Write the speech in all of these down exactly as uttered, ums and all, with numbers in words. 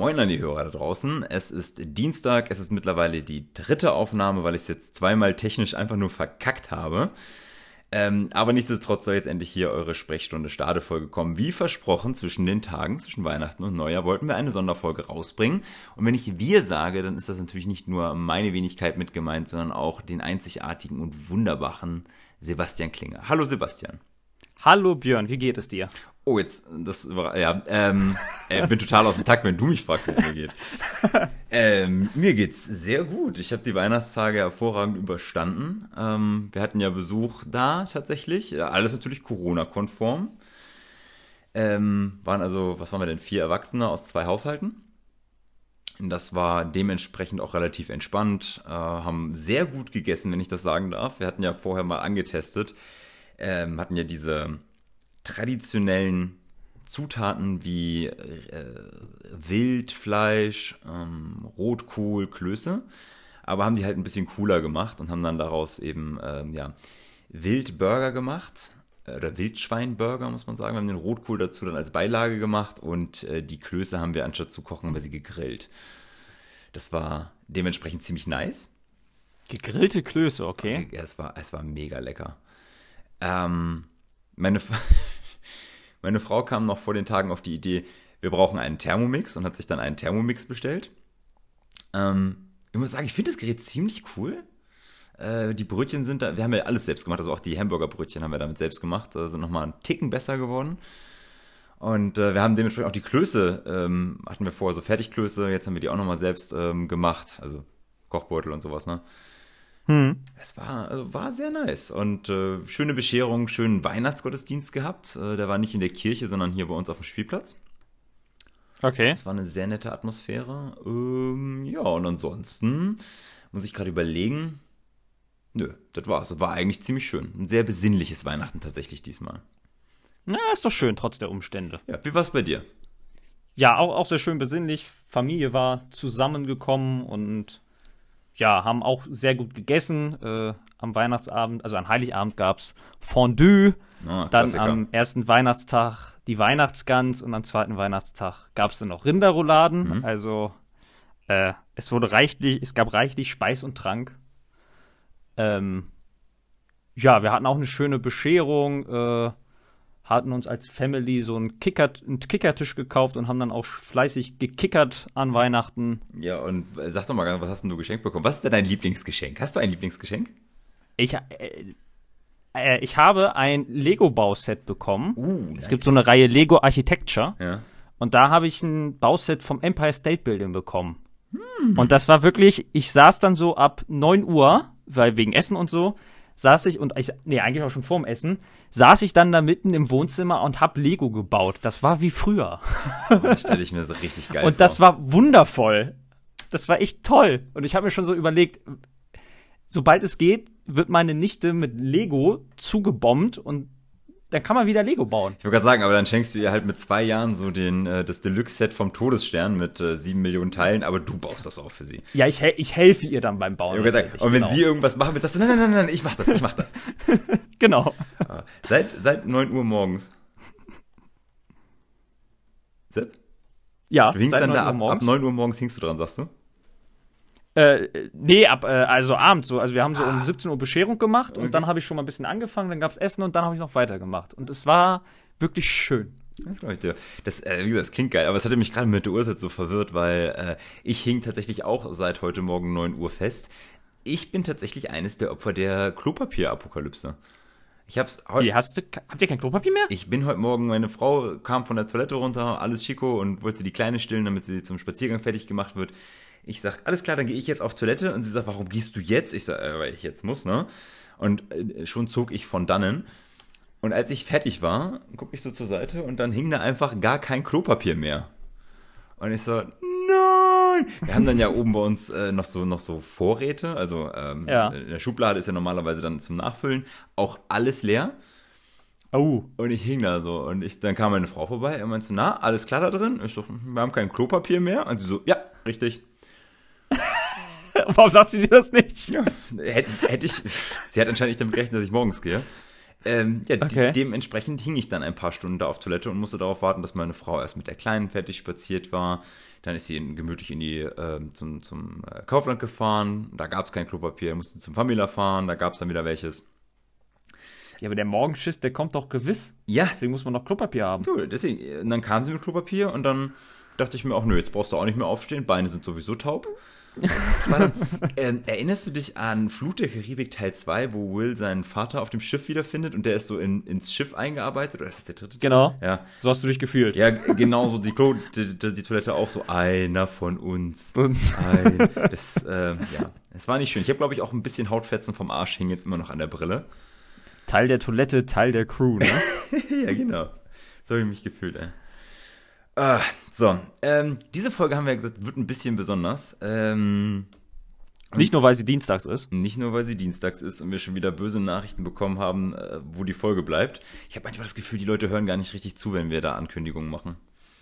Moin an die Hörer da draußen. Es ist Dienstag, es ist mittlerweile die dritte Aufnahme, weil ich es jetzt zweimal technisch einfach nur verkackt habe. Ähm, aber nichtsdestotrotz soll jetzt endlich hier eure Sprechstunde Startefolge kommen. Wie versprochen, zwischen den Tagen, zwischen Weihnachten und Neujahr, wollten wir eine Sonderfolge rausbringen. Und wenn ich wir sage, dann ist das natürlich nicht nur meine Wenigkeit mit gemeint, sondern auch den einzigartigen und wunderbaren Sebastian Klinger. Hallo Sebastian. Hallo Björn, wie geht es dir? Oh, jetzt, das war, ja, ähm, äh, bin total aus dem Takt, wenn du mich fragst, wie es mir geht. ähm, mir geht's sehr gut. Ich habe die Weihnachtstage hervorragend überstanden. Ähm, wir hatten ja Besuch da tatsächlich. Ja, alles natürlich Corona-konform. Ähm, waren also, was waren wir denn, vier Erwachsene aus zwei Haushalten. Das war dementsprechend auch relativ entspannt. Äh, haben sehr gut gegessen, wenn ich das sagen darf. Wir hatten ja vorher mal angetestet. Ähm, hatten ja diese traditionellen Zutaten wie äh, Wildfleisch, ähm, Rotkohl, Klöße, aber haben die halt ein bisschen cooler gemacht und haben dann daraus eben ähm, ja, Wildburger gemacht, äh, oder Wildschweinburger, muss man sagen. Wir haben den Rotkohl dazu dann als Beilage gemacht und äh, die Klöße haben wir anstatt zu kochen, haben wir sie gegrillt. Das war dementsprechend ziemlich nice. Gegrillte Klöße, okay. Ja, es war, es war mega lecker. Ähm, meine, meine Frau kam noch vor den Tagen auf die Idee, wir brauchen einen Thermomix und hat sich dann einen Thermomix bestellt. Ähm, ich muss sagen, ich finde das Gerät ziemlich cool. Äh, die Brötchen sind da, wir haben ja alles selbst gemacht, also auch die Hamburgerbrötchen haben wir damit selbst gemacht, äh, sind nochmal einen Ticken besser geworden. Und äh, wir haben dementsprechend auch die Klöße, ähm, hatten wir vorher so Fertigklöße, jetzt haben wir die auch nochmal selbst ähm, gemacht, also Kochbeutel und sowas, ne? Hm. Es war, also war sehr nice und äh, schöne Bescherung, schönen Weihnachtsgottesdienst gehabt. Äh, der war nicht in der Kirche, sondern hier bei uns auf dem Spielplatz. Okay. Es war eine sehr nette Atmosphäre. Ähm, ja, und ansonsten muss ich gerade überlegen. Nö, das war's. Das war eigentlich ziemlich schön. Ein sehr besinnliches Weihnachten tatsächlich diesmal. Na, ist doch schön, trotz der Umstände. Ja, wie war's bei dir? Ja, auch, auch sehr schön besinnlich. Familie war zusammengekommen und ja, haben auch sehr gut gegessen. Äh, am Weihnachtsabend, also an Heiligabend gab's Fondue. Oh, dann am ersten Weihnachtstag die Weihnachtsgans und am zweiten Weihnachtstag gab's dann noch Rinderrouladen. Mhm. Also äh, es wurde reichlich, es gab reichlich Speis und Trank. Ähm, ja, wir hatten auch eine schöne Bescherung. Äh, hatten uns als Family so einen, Kicker, einen Kickertisch gekauft und haben dann auch fleißig gekickert an Weihnachten. Ja, und sag doch mal, was hast denn du geschenkt bekommen? Was ist denn dein Lieblingsgeschenk? Hast du ein Lieblingsgeschenk? Ich, äh, äh, ich habe ein Lego-Bauset bekommen. Uh, es nice. gibt so eine Reihe Lego Architecture. Ja. Und da habe ich ein Bauset vom Empire State Building bekommen. Hm. Und das war wirklich, ich saß dann so ab neun Uhr, weil wegen Essen und so, saß ich, und ich, nee, eigentlich auch schon vorm Essen, saß ich dann da mitten im Wohnzimmer und hab Lego gebaut. Das war wie früher. Das stelle ich mir so richtig geil und vor. Das war wundervoll. Das war echt toll. Und ich habe mir schon so überlegt, sobald es geht, wird meine Nichte mit Lego zugebombt und dann kann man wieder Lego bauen. Ich wollte gerade sagen, aber dann schenkst du ihr halt mit zwei Jahren so den, äh, das Deluxe-Set vom Todesstern mit äh, sieben Millionen Teilen, aber du baust das auch für sie. Ja, ich, he- ich helfe ihr dann beim Bauen. Ich gesagt, und wenn genau. sie irgendwas machen will, sagst du, nein, nein, nein, nein, ich mach das, ich mach das. Genau. Ja. Seit, seit neun Uhr morgens. Sepp? Ja, du hingst seit dann da neun Uhr ab, ab neun Uhr morgens hingst du dran, sagst du? Äh, nee, ab, äh, also abends so. Also wir haben so ah. um siebzehn Uhr Bescherung gemacht und okay. Dann habe ich schon mal ein bisschen angefangen, dann gab's Essen und dann habe ich noch weitergemacht. Und es war wirklich schön. Das glaube ich dir. Das, äh, wie gesagt, das klingt geil, aber es hatte mich gerade mit der Uhrzeit so verwirrt, weil äh, ich hing tatsächlich auch seit heute Morgen neun Uhr fest. Ich bin tatsächlich eines der Opfer der Klopapier-Apokalypse. Ich hab's heute. Wie, hast du, habt ihr kein Klopapier mehr? Ich bin heute Morgen, meine Frau kam von der Toilette runter, alles Chico und wollte sie die Kleine stillen, damit sie zum Spaziergang fertig gemacht wird. Ich sag, alles klar, dann gehe ich jetzt auf Toilette. Und sie sagt, warum gehst du jetzt? Ich sag, äh, weil ich jetzt muss, ne? Und äh, schon zog ich von dannen. Und als ich fertig war, gucke ich so zur Seite und dann hing da einfach gar kein Klopapier mehr. Und ich so, nein! Wir haben dann ja oben bei uns äh, noch so noch so Vorräte. Also ähm, ja. In der Schublade ist ja normalerweise dann zum Nachfüllen auch alles leer. Oh. Und ich hing da so. Und ich, dann kam meine Frau vorbei. Er meinte so, na, alles klar da drin? Ich so, wir haben kein Klopapier mehr. Und sie so, ja, richtig. Warum sagt sie dir das nicht? Ja, hätte, hätte ich. Sie hat anscheinend nicht damit gerechnet, dass ich morgens gehe. Ähm, ja, Okay. de- dementsprechend hing ich dann ein paar Stunden da auf Toilette und musste darauf warten, dass meine Frau erst mit der Kleinen fertig spaziert war. Dann ist sie in, gemütlich in die, ähm, zum, zum äh, Kaufland gefahren. Da gab es kein Klopapier, musste zum Famila fahren, da gab es dann wieder welches. Ja, aber der Morgenschiss, der kommt doch gewiss. Ja, Deswegen muss man noch Klopapier haben. du, deswegen, äh, und dann kam sie mit Klopapier und dann dachte ich mir auch, nö, jetzt brauchst du auch nicht mehr aufstehen, Beine sind sowieso taub. Ich war dann, ähm, erinnerst du dich an Flut der Karibik Teil zwei, wo Will seinen Vater auf dem Schiff wiederfindet und der ist so in, ins Schiff eingearbeitet? Oder ist das der dritte Teil? Genau. Ja, So hast du dich gefühlt. ja, genauso die, Klo, die, die, die Toilette auch so, einer von uns. Und Ein, das, ähm, ja, es war nicht schön. Ich habe, glaube ich, auch ein bisschen Hautfetzen vom Arsch hängen jetzt immer noch an der Brille. Teil der Toilette, Teil der Crew, ne? Ja, genau. So habe ich mich gefühlt, ey. Ah, so, ähm, diese Folge haben wir ja gesagt, wird ein bisschen besonders. Ähm, Nicht nur, weil sie dienstags ist. nicht nur, weil sie dienstags ist und wir schon wieder böse Nachrichten bekommen haben, äh, wo die Folge bleibt. Ich habe manchmal das Gefühl, die Leute hören gar nicht richtig zu, wenn wir da Ankündigungen machen.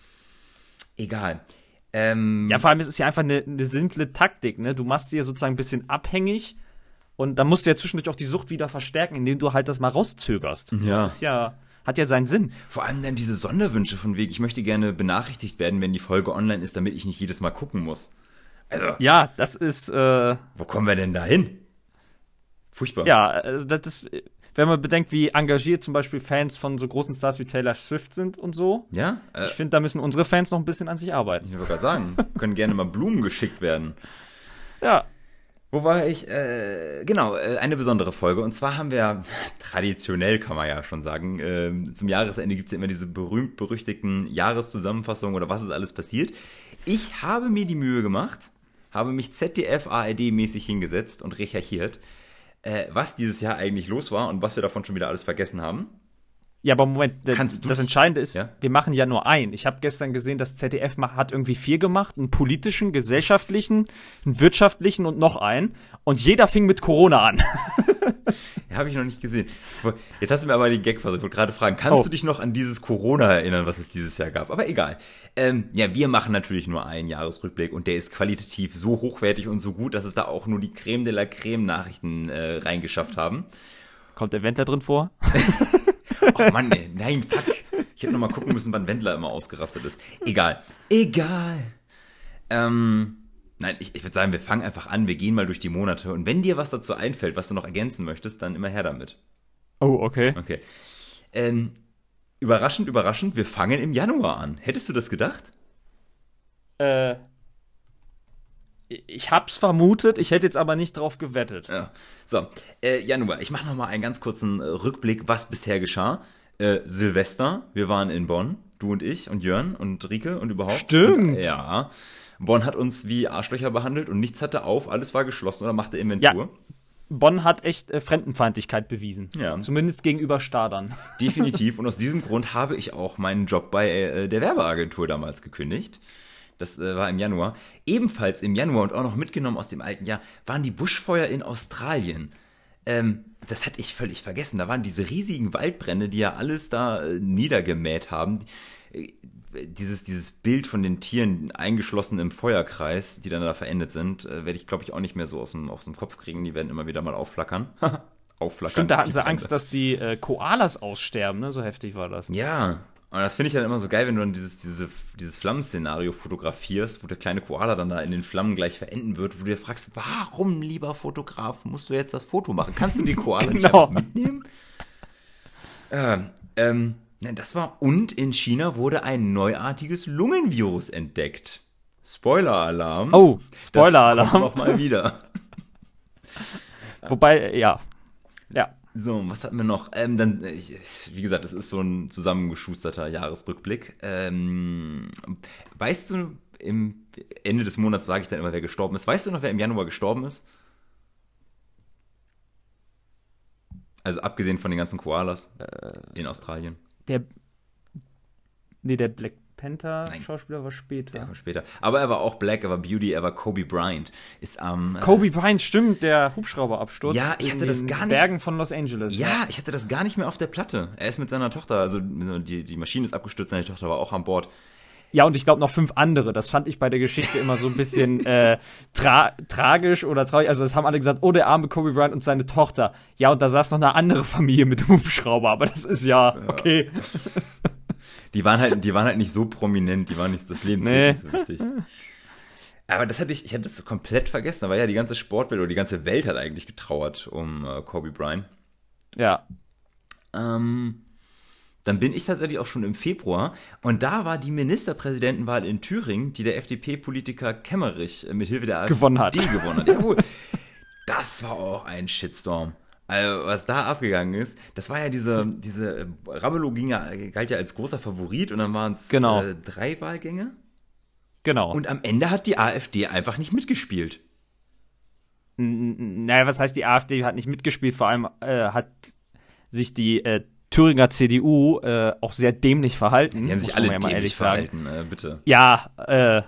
Egal. Ähm, Ja, vor allem, es ist ja einfach eine, eine simple Taktik, ne? Du machst dir sozusagen ein bisschen abhängig und dann musst du ja zwischendurch auch die Sucht wieder verstärken, indem du halt das mal rauszögerst. Ja. Das ist ja, hat ja seinen Sinn. Vor allem dann diese Sonderwünsche von wegen, ich möchte gerne benachrichtigt werden, wenn die Folge online ist, damit ich nicht jedes Mal gucken muss. Also, Ja, das ist, äh, wo kommen wir denn da hin? Furchtbar. ja, also das ist, wenn man bedenkt, wie engagiert zum Beispiel Fans von so großen Stars wie Taylor Swift sind und so. Ja? Äh, Ich finde, da müssen unsere Fans noch ein bisschen an sich arbeiten. ich wollte gerade sagen, können gerne mal Blumen geschickt werden. Ja, Wo war ich? Äh, genau, äh, eine besondere Folge. Und zwar haben wir, traditionell kann man ja schon sagen, äh, zum Jahresende gibt es ja immer diese berühmt-berüchtigten Jahreszusammenfassungen oder was ist alles passiert. Ich habe mir die Mühe gemacht, habe mich Z D F-A R D-mäßig hingesetzt und recherchiert, äh, was dieses Jahr eigentlich los war und was wir davon schon wieder alles vergessen haben. Ja, aber Moment, d- Kannst du das dich- Entscheidende ist, Ja? wir machen ja nur einen. Ich habe gestern gesehen, das Z D F ma- hat irgendwie vier gemacht, einen politischen, gesellschaftlichen, einen wirtschaftlichen und noch einen. Und jeder fing mit Corona an. Ja, habe ich noch nicht gesehen. Jetzt hast du mir aber den Gag versucht. Ich wollte gerade fragen, kannst Oh. du dich noch an dieses Corona erinnern, was es dieses Jahr gab? Aber egal. Ähm, ja, wir machen natürlich nur einen Jahresrückblick und der ist qualitativ so hochwertig und so gut, dass es da auch nur die Creme de la Creme Nachrichten äh, reingeschafft haben. Kommt der Wendler drin vor? Oh Mann, ey, nein, fuck. Ich hätte noch mal gucken müssen, wann Wendler immer ausgerastet ist. Egal. Egal. Ähm, nein, ich, ich würde sagen, wir fangen einfach an, wir gehen mal durch die Monate und wenn dir was dazu einfällt, was du noch ergänzen möchtest, dann immer her damit. Oh, okay. Okay. Ähm, überraschend, überraschend, wir fangen im Januar an. Hättest du das gedacht? Äh, ich hab's vermutet, ich hätte jetzt aber nicht drauf gewettet. Ja. So, äh, Januar. Ich mache noch mal einen ganz kurzen äh, Rückblick, was bisher geschah. Äh, Silvester, wir waren in Bonn, du und ich und Jörn und Rike und überhaupt. Stimmt. Und, ja. Bonn hat uns wie Arschlöcher behandelt und nichts hatte auf, alles war geschlossen oder machte Inventur. Bonn hat echt äh, Fremdenfeindlichkeit bewiesen. Ja. Zumindest gegenüber Stadern. Definitiv. Und aus diesem Grund habe ich auch meinen Job bei äh, der Werbeagentur damals gekündigt. Das äh, war im Januar. Ebenfalls im Januar und auch noch mitgenommen aus dem alten Jahr waren die Buschfeuer in Australien. Ähm, das hatte ich völlig vergessen. Da waren diese riesigen Waldbrände, die ja alles da äh, niedergemäht haben. Äh, dieses, dieses Bild von den Tieren eingeschlossen im Feuerkreis, die dann da verendet sind, äh, werde ich, glaube ich, auch nicht mehr so aus dem, aus dem Kopf kriegen. Die werden immer wieder mal aufflackern. aufflackern. Stimmt, da hatten die sie Brände. Angst, dass die äh, Koalas aussterben, ne? So heftig war das. Ja, und das finde ich dann immer so geil, wenn du dann dieses, diese, dieses Flammenszenario fotografierst, wo der kleine Koala dann da in den Flammen gleich verenden wird, wo du dir fragst, warum, lieber Fotograf, musst du jetzt das Foto machen? Kannst du die Koala nicht Genau. einfach mitnehmen? Äh, ähm, nein, das war, und in China wurde ein neuartiges Lungenvirus entdeckt. Spoiler-Alarm. Oh, Das Spoiler-Alarm. kommt noch mal wieder. Wobei, äh, ja. Ja. So, was hatten wir noch? Ähm, dann, äh, ich- wie gesagt, das ist so ein zusammengeschusterter Jahresrückblick. Ähm, weißt du, im Ende des Monats sage ich dann immer, wer gestorben ist. Weißt du noch, wer im Januar gestorben ist? Also abgesehen von den ganzen Koalas in Australien. Der. Nee, der Black Panther Nein. Schauspieler war später. Der war später. Aber er war auch Black, er war Beauty, er war Kobe Bryant. Ist am. äh, Kobe Bryant, stimmt, der Hubschrauberabsturz. Ja, ich in hatte das den gar nicht- Bergen von Los Angeles. Ja, ich hatte das gar nicht mehr auf der Platte. Er ist mit seiner Tochter, also die, die Maschine ist abgestürzt, seine Tochter war auch an Bord. Ja, und ich glaube noch fünf andere. Das fand ich bei der Geschichte immer so ein bisschen äh, tra- tragisch oder traurig. Also es haben alle gesagt, oh, der arme Kobe Bryant und seine Tochter. Ja, und da saß noch eine andere Familie mit dem Hubschrauber. Aber das ist ja, ja. okay. Die waren halt, die waren halt nicht so prominent. Die waren nicht, das Leben Nee. nicht so wichtig. Aber das hatte ich, ich hatte das komplett vergessen. Da war ja die ganze Sportwelt oder die ganze Welt hat eigentlich getrauert um äh, Kobe Bryant. Ja. Ähm, dann bin ich tatsächlich auch schon im Februar und da war die Ministerpräsidentenwahl in Thüringen, die der F D P-Politiker Kemmerich äh, mit Hilfe der AfD Gewonnen hat. gewonnen hat. Jawohl. Das war auch ein Shitstorm. Also, was da abgegangen ist, das war ja diese, diese, Ramelow ging ja, galt ja als großer Favorit und dann waren es Genau. äh, drei Wahlgänge. Genau. Und am Ende hat die AfD einfach nicht mitgespielt. N- Naja, was heißt, die AfD hat nicht mitgespielt? Vor allem äh, hat sich die äh, Thüringer C D U äh, auch sehr dämlich verhalten. Die haben sich muss man alle ja mal dämlich ehrlich sagen. verhalten, äh, bitte. Ja, äh,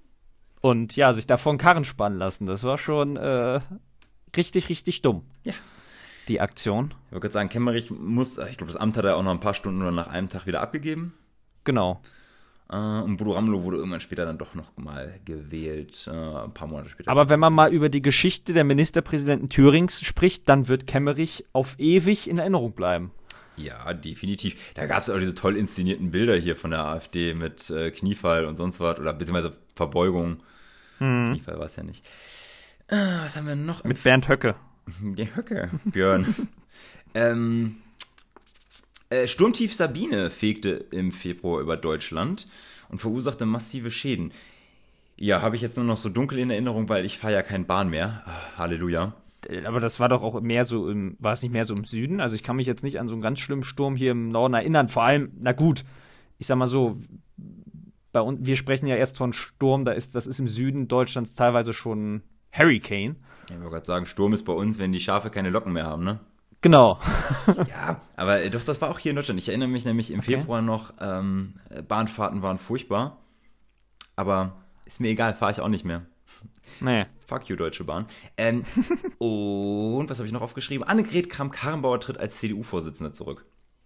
und ja, sich davon Karren spannen lassen. Das war schon äh, richtig, richtig dumm. Ja. Die Aktion. Ich wollte gerade sagen, Kemmerich muss, ich glaube, das Amt hat er auch noch ein paar Stunden oder nach einem Tag wieder abgegeben. Genau. Äh, und Bodo Ramelow wurde irgendwann später dann doch noch mal gewählt, äh, ein paar Monate später. Aber wenn man mal über die Geschichte der Ministerpräsidenten Thürings spricht, dann wird Kemmerich auf ewig in Erinnerung bleiben. Ja, definitiv. Da gab es auch diese toll inszenierten Bilder hier von der AfD mit äh, Kniefall und sonst was, oder beziehungsweise Verbeugung. Hm. Kniefall war es ja nicht. Äh, was haben wir noch? Mit Bernd Höcke. Der Höcke, Björn. ähm, äh, Sturmtief Sabine fegte im Februar über Deutschland und verursachte massive Schäden. Ja, habe ich jetzt nur noch so dunkel in Erinnerung, weil ich fahre ja kein Bahn mehr. Ah, Halleluja. Aber das war doch auch mehr so im, war es nicht mehr so im Süden? Also ich kann mich jetzt nicht an so einen ganz schlimmen Sturm hier im Norden erinnern. Vor allem, na gut, ich sag mal so, bei uns, wir sprechen ja erst von Sturm, da ist, das ist im Süden Deutschlands teilweise schon Hurricane. Ich wollte gerade sagen, Sturm ist bei uns, wenn die Schafe keine Locken mehr haben, ne? Genau. Ja, aber äh, doch, das war auch hier in Deutschland. Ich erinnere mich nämlich im Okay. Februar noch, ähm, Bahnfahrten waren furchtbar. Aber ist mir egal, fahre ich auch nicht mehr. Nee. Fuck you, Deutsche Bahn. Ähm, und was habe ich noch aufgeschrieben? Annegret Kramp-Karrenbauer tritt als C D U-Vorsitzende zurück.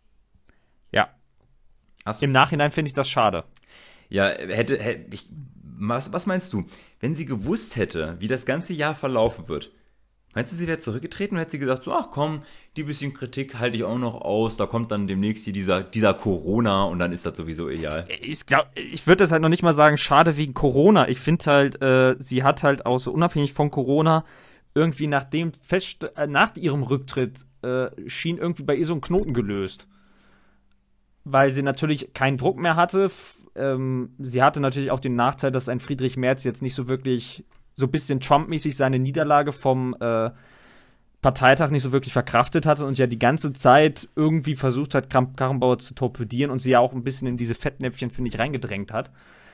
Ja. Hast du? Im Nachhinein finde ich das schade. Ja, hätte, hätte ich, was, was meinst du? Wenn sie gewusst hätte, wie das ganze Jahr verlaufen wird, meinst du, sie wäre zurückgetreten und hätte sie gesagt, so, ach komm, die bisschen Kritik halte ich auch noch aus, da kommt dann demnächst hier dieser, dieser Corona und dann ist das sowieso egal. Ich glaube, ich würde das halt noch nicht mal sagen, schade wegen Corona. Ich finde halt, äh, sie hat halt auch so unabhängig von Corona irgendwie nach dem Fest, äh, nach ihrem Rücktritt äh, schien irgendwie bei ihr so ein Knoten gelöst. Weil sie natürlich keinen Druck mehr hatte. F- ähm, sie hatte natürlich auch den Nachteil, dass ein Friedrich Merz jetzt nicht so wirklich, so ein bisschen Trump-mäßig seine Niederlage vom äh, Parteitag nicht so wirklich verkraftet hatte und ja die ganze Zeit irgendwie versucht hat, Kramp-Karrenbauer zu torpedieren und sie ja auch ein bisschen in diese Fettnäpfchen, finde ich, reingedrängt hat.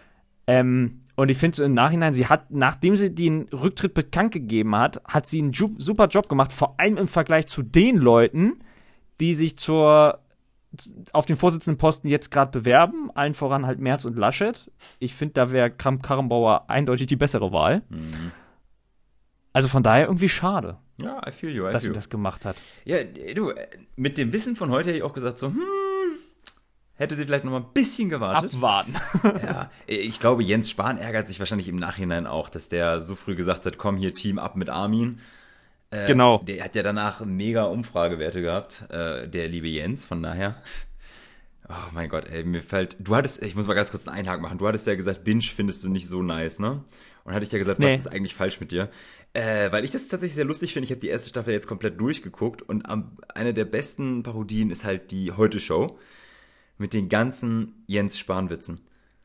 Ähm, und ich finde so im Nachhinein, sie hat, nachdem sie den Rücktritt bekannt gegeben hat, hat sie einen ju- super Job gemacht, vor allem im Vergleich zu den Leuten, die sich zur auf den Vorsitzendenposten jetzt gerade bewerben, allen voran halt Merz und Laschet. Ich finde, da wäre Kramp-Karrenbauer eindeutig die bessere Wahl. Mhm. Also von daher irgendwie schade, Ja, I feel you, I dass feel sie you. das gemacht hat. Ja, du, äh, mit dem Wissen von heute hätte ich auch gesagt, so, hm, hätte sie vielleicht noch mal ein bisschen gewartet. Abwarten. Ja, ich glaube, Jens Spahn ärgert sich wahrscheinlich im Nachhinein auch, dass der so früh gesagt hat, komm hier, Team ab mit Armin. Äh, Genau. Der hat ja danach mega Umfragewerte gehabt, äh, der liebe Jens, von daher. Oh mein Gott, ey, mir fällt, du hattest, ich muss mal ganz kurz einen Einhaken machen, du hattest ja gesagt, Binge findest du nicht so nice, ne? Und hatte ich ja gesagt, Nee. was ist eigentlich falsch mit dir? Äh, weil ich das tatsächlich sehr lustig finde, ich habe die erste Staffel jetzt komplett durchgeguckt und am, eine der besten Parodien ist halt die Heute-Show mit den ganzen Jens Spahn-Witzen.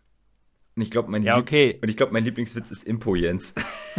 Und ich glaube, mein, Ja, Lieb- okay. und ich glaub, mein Lieblingswitz ist Impo Jens.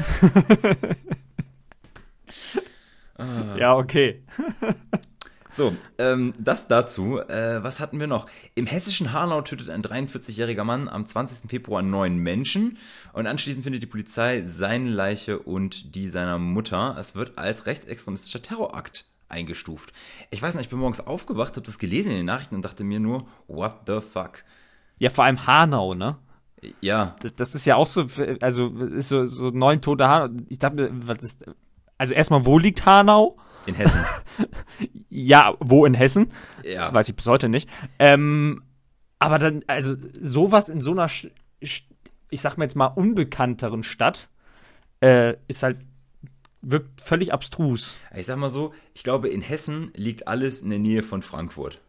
Ja, okay. So, ähm, das dazu. Äh, was hatten wir noch? Im hessischen Hanau tötet ein dreiundvierzigjähriger Mann am zwanzigsten Februar neun Menschen und anschließend findet die Polizei seine Leiche und die seiner Mutter. Es wird als rechtsextremistischer Terrorakt eingestuft. Ich weiß nicht, ich bin morgens aufgewacht, habe das gelesen in den Nachrichten und dachte mir nur, what the fuck? Ja, vor allem Hanau, ne? Ja, Das, das ist ja auch so, also ist so, so neun tote Hanau. Ich dachte mir, was ist, also erstmal, wo liegt Hanau? in Hessen. Ja, wo in Hessen? Ja. Weiß ich bis heute nicht. Ähm, aber dann, also sowas in so einer, Sch- ich sag mal jetzt mal, unbekannteren Stadt, äh, ist halt, wirkt völlig abstrus. Ich sag mal so, ich glaube, in Hessen liegt alles in der Nähe von Frankfurt.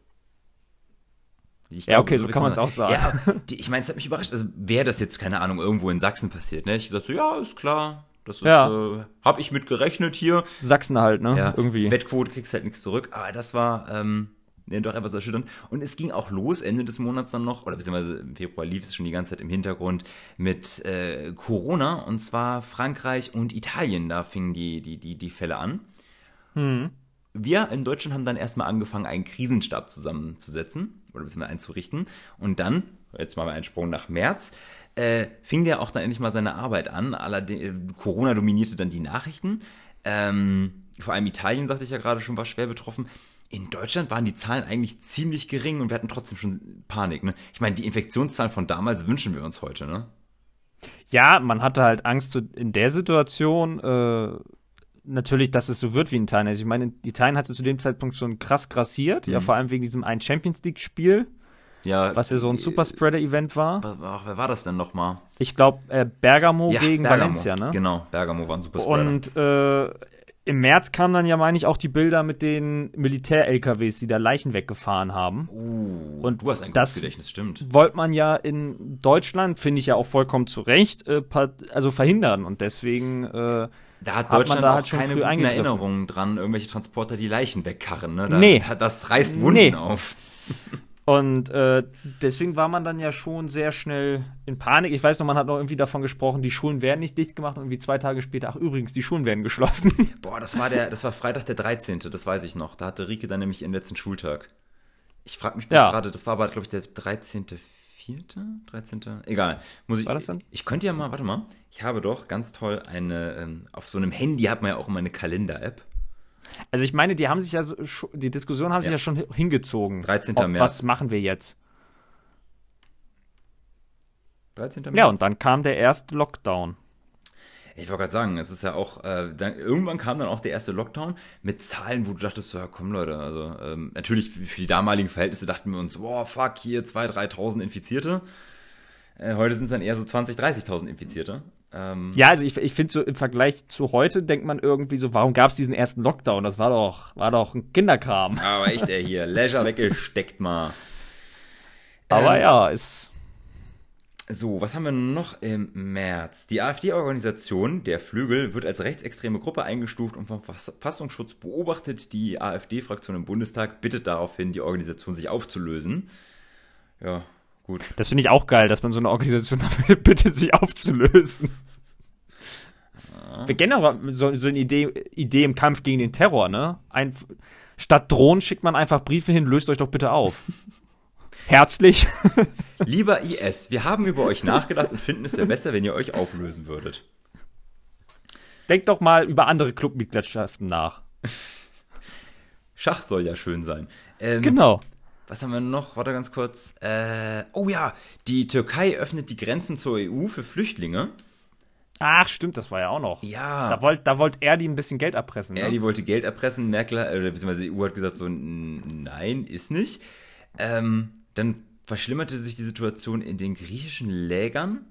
Ich ja, glaube, okay, so kann man es auch sagen. Ja, die, ich meine, es hat mich überrascht. Also, wäre das jetzt, keine Ahnung, irgendwo in Sachsen passiert, ne? Ich dachte so, ja, ist klar. Das ist, Ja. äh, hab ich mit gerechnet hier. Sachsen halt, ne? Ja, Irgendwie. Wettquote kriegst halt nichts zurück. Aber das war, ähm, ne, doch etwas erschütternd. Und es ging auch los, Ende des Monats dann noch, oder beziehungsweise im Februar lief es schon die ganze Zeit im Hintergrund mit äh, Corona. Und zwar Frankreich und Italien. Da fingen die, die, die, die Fälle an. Hm. Wir in Deutschland haben dann erstmal angefangen, einen Krisenstab zusammenzusetzen oder beziehungsweise einzurichten. Und dann, jetzt machen wir einen Sprung nach März, äh, fing der auch dann endlich mal seine Arbeit an. Allerdings, Corona dominierte dann die Nachrichten. Ähm, vor allem Italien, sagte ich ja gerade schon, war schwer betroffen. In Deutschland waren die Zahlen eigentlich ziemlich gering und wir hatten trotzdem schon Panik. Ne? Ich meine, die Infektionszahlen von damals wünschen wir uns heute, ne? Ja, man hatte halt Angst so in der Situation, äh, natürlich, dass es so wird wie in Italien. Also ich meine, Italien hatte zu dem Zeitpunkt schon krass grassiert, mhm. ja, vor allem wegen diesem einen Champions League-Spiel, ja, was ja so ein Superspreader-Event war. Ach, wer war das denn nochmal? Ich glaube, äh, Bergamo ja, gegen Bergamo. Valencia, ne? Genau, Bergamo war ein Superspreader. Und äh, im März kamen dann ja, meine ich, auch die Bilder mit den Militär-L K Ws, die da Leichen weggefahren haben. Uh, und du hast ein das gutes Gedächtnis, stimmt. Wollte man ja in Deutschland, finde ich ja auch vollkommen zu Recht, äh, also verhindern. Und deswegen äh, da hat Deutschland da auch halt schon keine früh guten eingegriffen. Erinnerungen dran, irgendwelche Transporter die Leichen wegkarren. Ne? Da, nee. Das reißt Wunden nee. auf. Und äh, deswegen war man dann ja schon sehr schnell in Panik. Ich weiß noch, man hat noch irgendwie davon gesprochen, die Schulen werden nicht dicht gemacht und irgendwie zwei Tage später, ach übrigens, die Schulen werden geschlossen. Boah, das war der, das war Freitag der dreizehnte, das weiß ich noch. Da hatte Rike dann nämlich ihren letzten Schultag. Ich frage mich ja. gerade, das war aber, glaube ich, der dreizehnte vierte dreizehnte Egal. Muss ich, war das dann? Ich könnte ja mal, warte mal, ich habe doch ganz toll eine, ähm, auf so einem Handy hat man ja auch immer eine Kalender-App. Also ich meine, die haben sich ja so, die Diskussion haben ja. sich ja schon hingezogen. dreizehnten März. Was machen wir jetzt? dreizehnten März? Ja, und dann kam der erste Lockdown. Ich wollte gerade sagen, es ist ja auch, äh, dann, irgendwann kam dann auch der erste Lockdown mit Zahlen, wo du dachtest, so, ja komm Leute, also ähm, natürlich für die damaligen Verhältnisse dachten wir uns, boah, fuck, hier zweitausend, dreitausend Infizierte. Äh, heute sind es dann eher so zwanzigtausend, dreißigtausend Infizierte. Ähm, ja, also ich, ich finde so im Vergleich zu heute denkt man irgendwie so, warum gab es diesen ersten Lockdown? Das war doch, war doch ein Kinderkram. Aber echt, ey, hier, Leisure weggesteckt mal. Aber ähm, ja, ist... So, was haben wir noch im März? Die AfD-Organisation, der Flügel, wird als rechtsextreme Gruppe eingestuft und vom Verfassungsschutz beobachtet. Die AfD-Fraktion im Bundestag bittet daraufhin, die Organisation sich aufzulösen. Ja, gut. Das finde ich auch geil, dass man so eine Organisation bittet, sich aufzulösen. Ja. Wir generell so, so eine Idee, Idee im Kampf gegen den Terror, ne? Ein, statt Drohnen schickt man einfach Briefe hin, löst euch doch bitte auf. Herzlich. Lieber I S, wir haben über euch nachgedacht und finden es ja besser, wenn ihr euch auflösen würdet. Denkt doch mal über andere Clubmitgliedschaften nach. Schach soll ja schön sein. Ähm, genau. Was haben wir noch? Warte ganz kurz. Äh, oh ja, die Türkei öffnet die Grenzen zur E U für Flüchtlinge. Ach, stimmt, das war ja auch noch. Ja. Da wollte da wollt Erdi ein bisschen Geld erpressen. Ne? Erdi wollte Geld erpressen, Merkel, äh, beziehungsweise die E U hat gesagt so, nein, ist nicht. Ähm, dann verschlimmerte sich die Situation in den griechischen Lägern.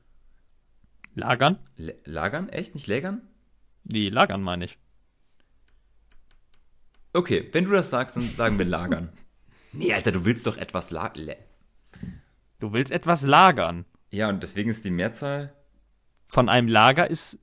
Lagern? L- Lagern? Echt? Nicht Lägern? Die Lagern, meine ich. Okay, wenn du das sagst, dann sagen wir Lagern. Nee, Alter, du willst doch etwas lagern. Du willst etwas lagern. Ja, und deswegen ist die Mehrzahl... Von einem Lager ist...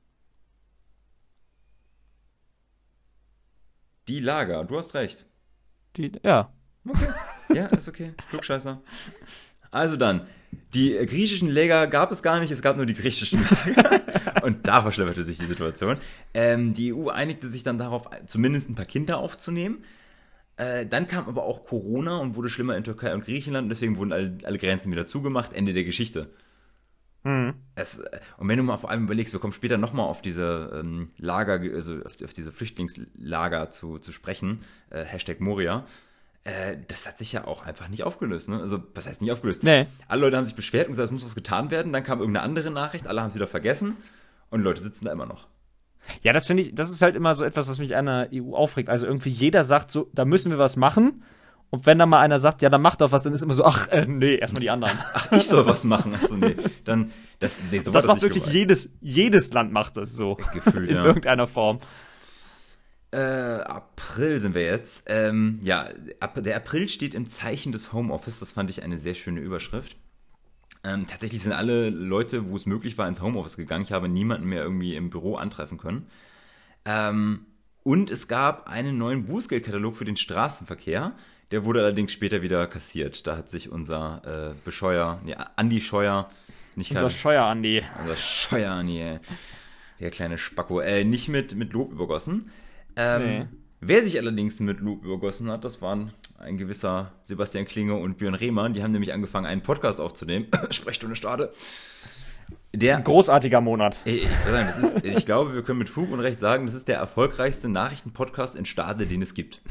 Die Lager, du hast recht. Die, ja. Okay, ja, ist okay. Klugscheißer. Also dann, die griechischen Läger gab es gar nicht, es gab nur die griechischen Lager. Und da verschlimmerte sich die Situation. Ähm, die E U einigte sich dann darauf, zumindest ein paar Kinder aufzunehmen. Äh, dann kam aber auch Corona und wurde schlimmer in Türkei und Griechenland. Und deswegen wurden alle, alle Grenzen wieder zugemacht. Ende der Geschichte. Mhm. Es, und wenn du mal vor allem überlegst, wir kommen später nochmal auf diese ähm, Lager, also auf, auf diese Flüchtlingslager zu, zu sprechen, äh, Hashtag Moria. Äh, das hat sich ja auch einfach nicht aufgelöst, ne? Also, was heißt nicht aufgelöst? Nee. Alle Leute haben sich beschwert und gesagt, es muss was getan werden. Dann kam irgendeine andere Nachricht, alle haben es wieder vergessen und Leute sitzen da immer noch. Ja, das finde ich, das ist halt immer so etwas, was mich an der E U aufregt. Also irgendwie jeder sagt so, da müssen wir was machen Und wenn dann mal einer sagt, ja, dann mach doch was, dann ist immer so, ach, äh, nee, erstmal die anderen. Ach, ich soll was machen. Achso, nee. Dann, das, nee, so Das war macht das nicht wirklich gemeint. jedes, jedes Land macht das so. Gefühlt, In ja. irgendeiner Form. Äh, April sind wir jetzt. Ähm, ja, ab, der April steht im Zeichen des Homeoffice. Das fand ich eine sehr schöne Überschrift. Ähm, tatsächlich sind alle Leute, wo es möglich war, ins Homeoffice gegangen. Ich habe niemanden mehr irgendwie im Büro antreffen können. Ähm, und es gab einen neuen Bußgeldkatalog für den Straßenverkehr. Der wurde allerdings später wieder kassiert. Da hat sich unser äh, Bescheuer, nee, Andi Scheuer, nicht Unser gerade, Scheuer-Andi. unser Scheuer, Andi, ey, der kleine Spacko, äh, nicht mit, mit Lob übergossen. Ähm, Nee. Wer sich allerdings mit Lob übergossen hat, das waren ein gewisser Sebastian Klinge und Björn Rehmann. Die haben nämlich angefangen, einen Podcast aufzunehmen. Sprechstunde Stade. Der, Ein großartiger Monat. ich, ich, würde sagen, das ist, ich glaube, wir können mit Fug und Recht sagen, das ist der erfolgreichste Nachrichtenpodcast in Stade, den es gibt.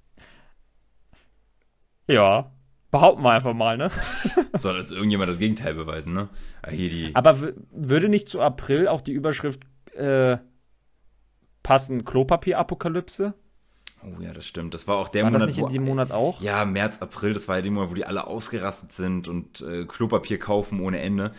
Ja. Behaupten wir einfach mal, ne? Soll jetzt irgendjemand das Gegenteil beweisen, ne? Ah, hier die. Aber w- würde nicht zu April auch die Überschrift äh, passen, Klopapier-Apokalypse? Oh ja, das stimmt. Das war auch der War das Monat, nicht in wo. dem Monat auch? Ja, März, April, das war ja der Monat, wo die alle ausgerastet sind und äh, Klopapier kaufen ohne Ende.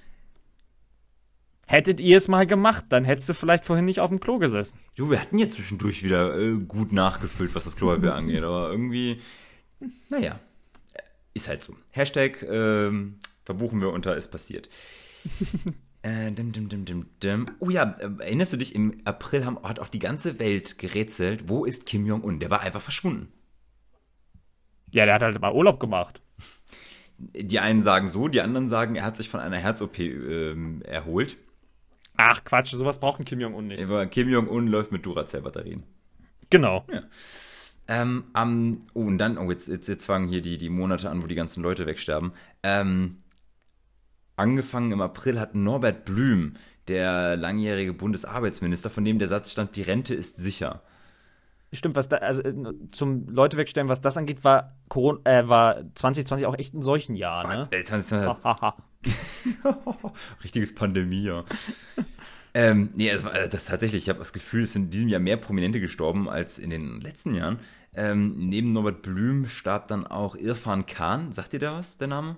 Hättet ihr es mal gemacht, dann hättest du vielleicht vorhin nicht auf dem Klo gesessen. Jo, wir hatten ja zwischendurch wieder äh, gut nachgefüllt, was das Klopapier angeht, aber irgendwie, naja, ist halt so. Hashtag ähm, verbuchen wir unter ist passiert. äh, dim, dim, dim, dim, dim. Oh ja, äh, erinnerst du dich, im April haben, hat auch die ganze Welt gerätselt, wo ist Kim Jong-un? Der war einfach verschwunden. Ja, der hat halt mal Urlaub gemacht. Die einen sagen so, die anderen sagen, er hat sich von einer Herz-O P ähm, erholt. Ach Quatsch, sowas braucht ein Kim Jong-un nicht. Aber Kim Jong-un läuft mit Duracell-Batterien. Genau. Ähm, am, oh, und dann, oh, jetzt, jetzt, jetzt fangen hier die, die Monate an, wo die ganzen Leute wegsterben. Ähm, angefangen im April hat Norbert Blüm, der langjährige Bundesarbeitsminister, von dem der Satz stand, die Rente ist sicher. Stimmt, was da, also äh, zum Leute wegstellen, was das angeht, war Corona, äh, war zwanzig zwanzig auch echt ein solchen Jahr, ne? Äh, zwanzig zwanzig Hahaha. richtiges Pandemie, ja. ähm, nee, es war, das tatsächlich, ich habe das Gefühl, es sind in diesem Jahr mehr Prominente gestorben als in den letzten Jahren. Ähm, neben Norbert Blüm starb dann auch Irfan Khan. Sagt dir da was, der Name?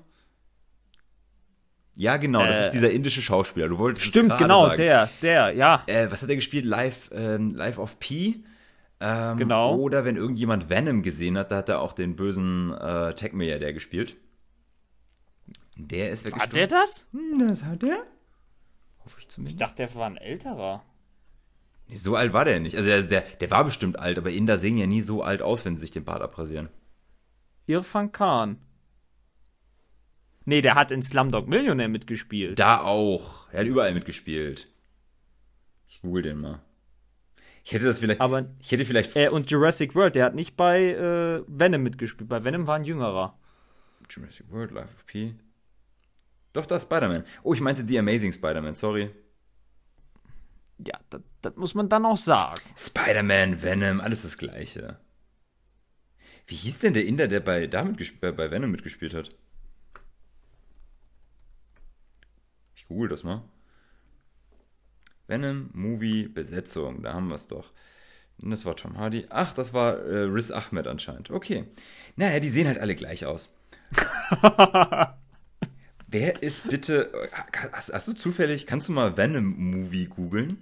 Ja, genau, das Äh, ist dieser indische Schauspieler. Du wolltest es Stimmt, gerade genau, sagen. der, der, ja. Äh, was hat er gespielt? Live, ähm, Live of Pi. Ähm, Genau. Oder wenn irgendjemand Venom gesehen hat, da hat er auch den bösen äh, Tech-Milliardär gespielt. Der ist Hat weggestorben. der das? Hm, das hat er? Hoffe ich Ich zumindest. dachte, der war ein älterer. Nee, so alt war der nicht. Also der, der, der war bestimmt alt, aber Inder sehen ja nie so alt aus, wenn sie sich den Bart abrasieren. Irfan Khan. Nee, der hat in Slumdog Millionär mitgespielt. Da auch. Er hat überall mitgespielt. Ich google den mal. Ich hätte das vielleicht. Aber, ich hätte vielleicht. äh, und Jurassic World, der hat nicht bei äh, Venom mitgespielt. Bei Venom war ein jüngerer. Jurassic World, Life of Pi. Doch, da ist Spider-Man. Oh, ich meinte The Amazing Spider-Man, sorry. Ja, das, das muss man dann auch sagen. Spider-Man, Venom, alles das Gleiche. Wie hieß denn der Inder, der bei, da mitgesp- bei, bei Venom mitgespielt hat? Ich google das mal. Venom, Movie, Besetzung, da haben wir es doch. Und das war Tom Hardy. Ach, das war äh, Riz Ahmed anscheinend. Okay. Naja, die sehen halt alle gleich aus. Wer ist bitte. Hast, hast du zufällig, kannst du mal Venom-Movie googeln?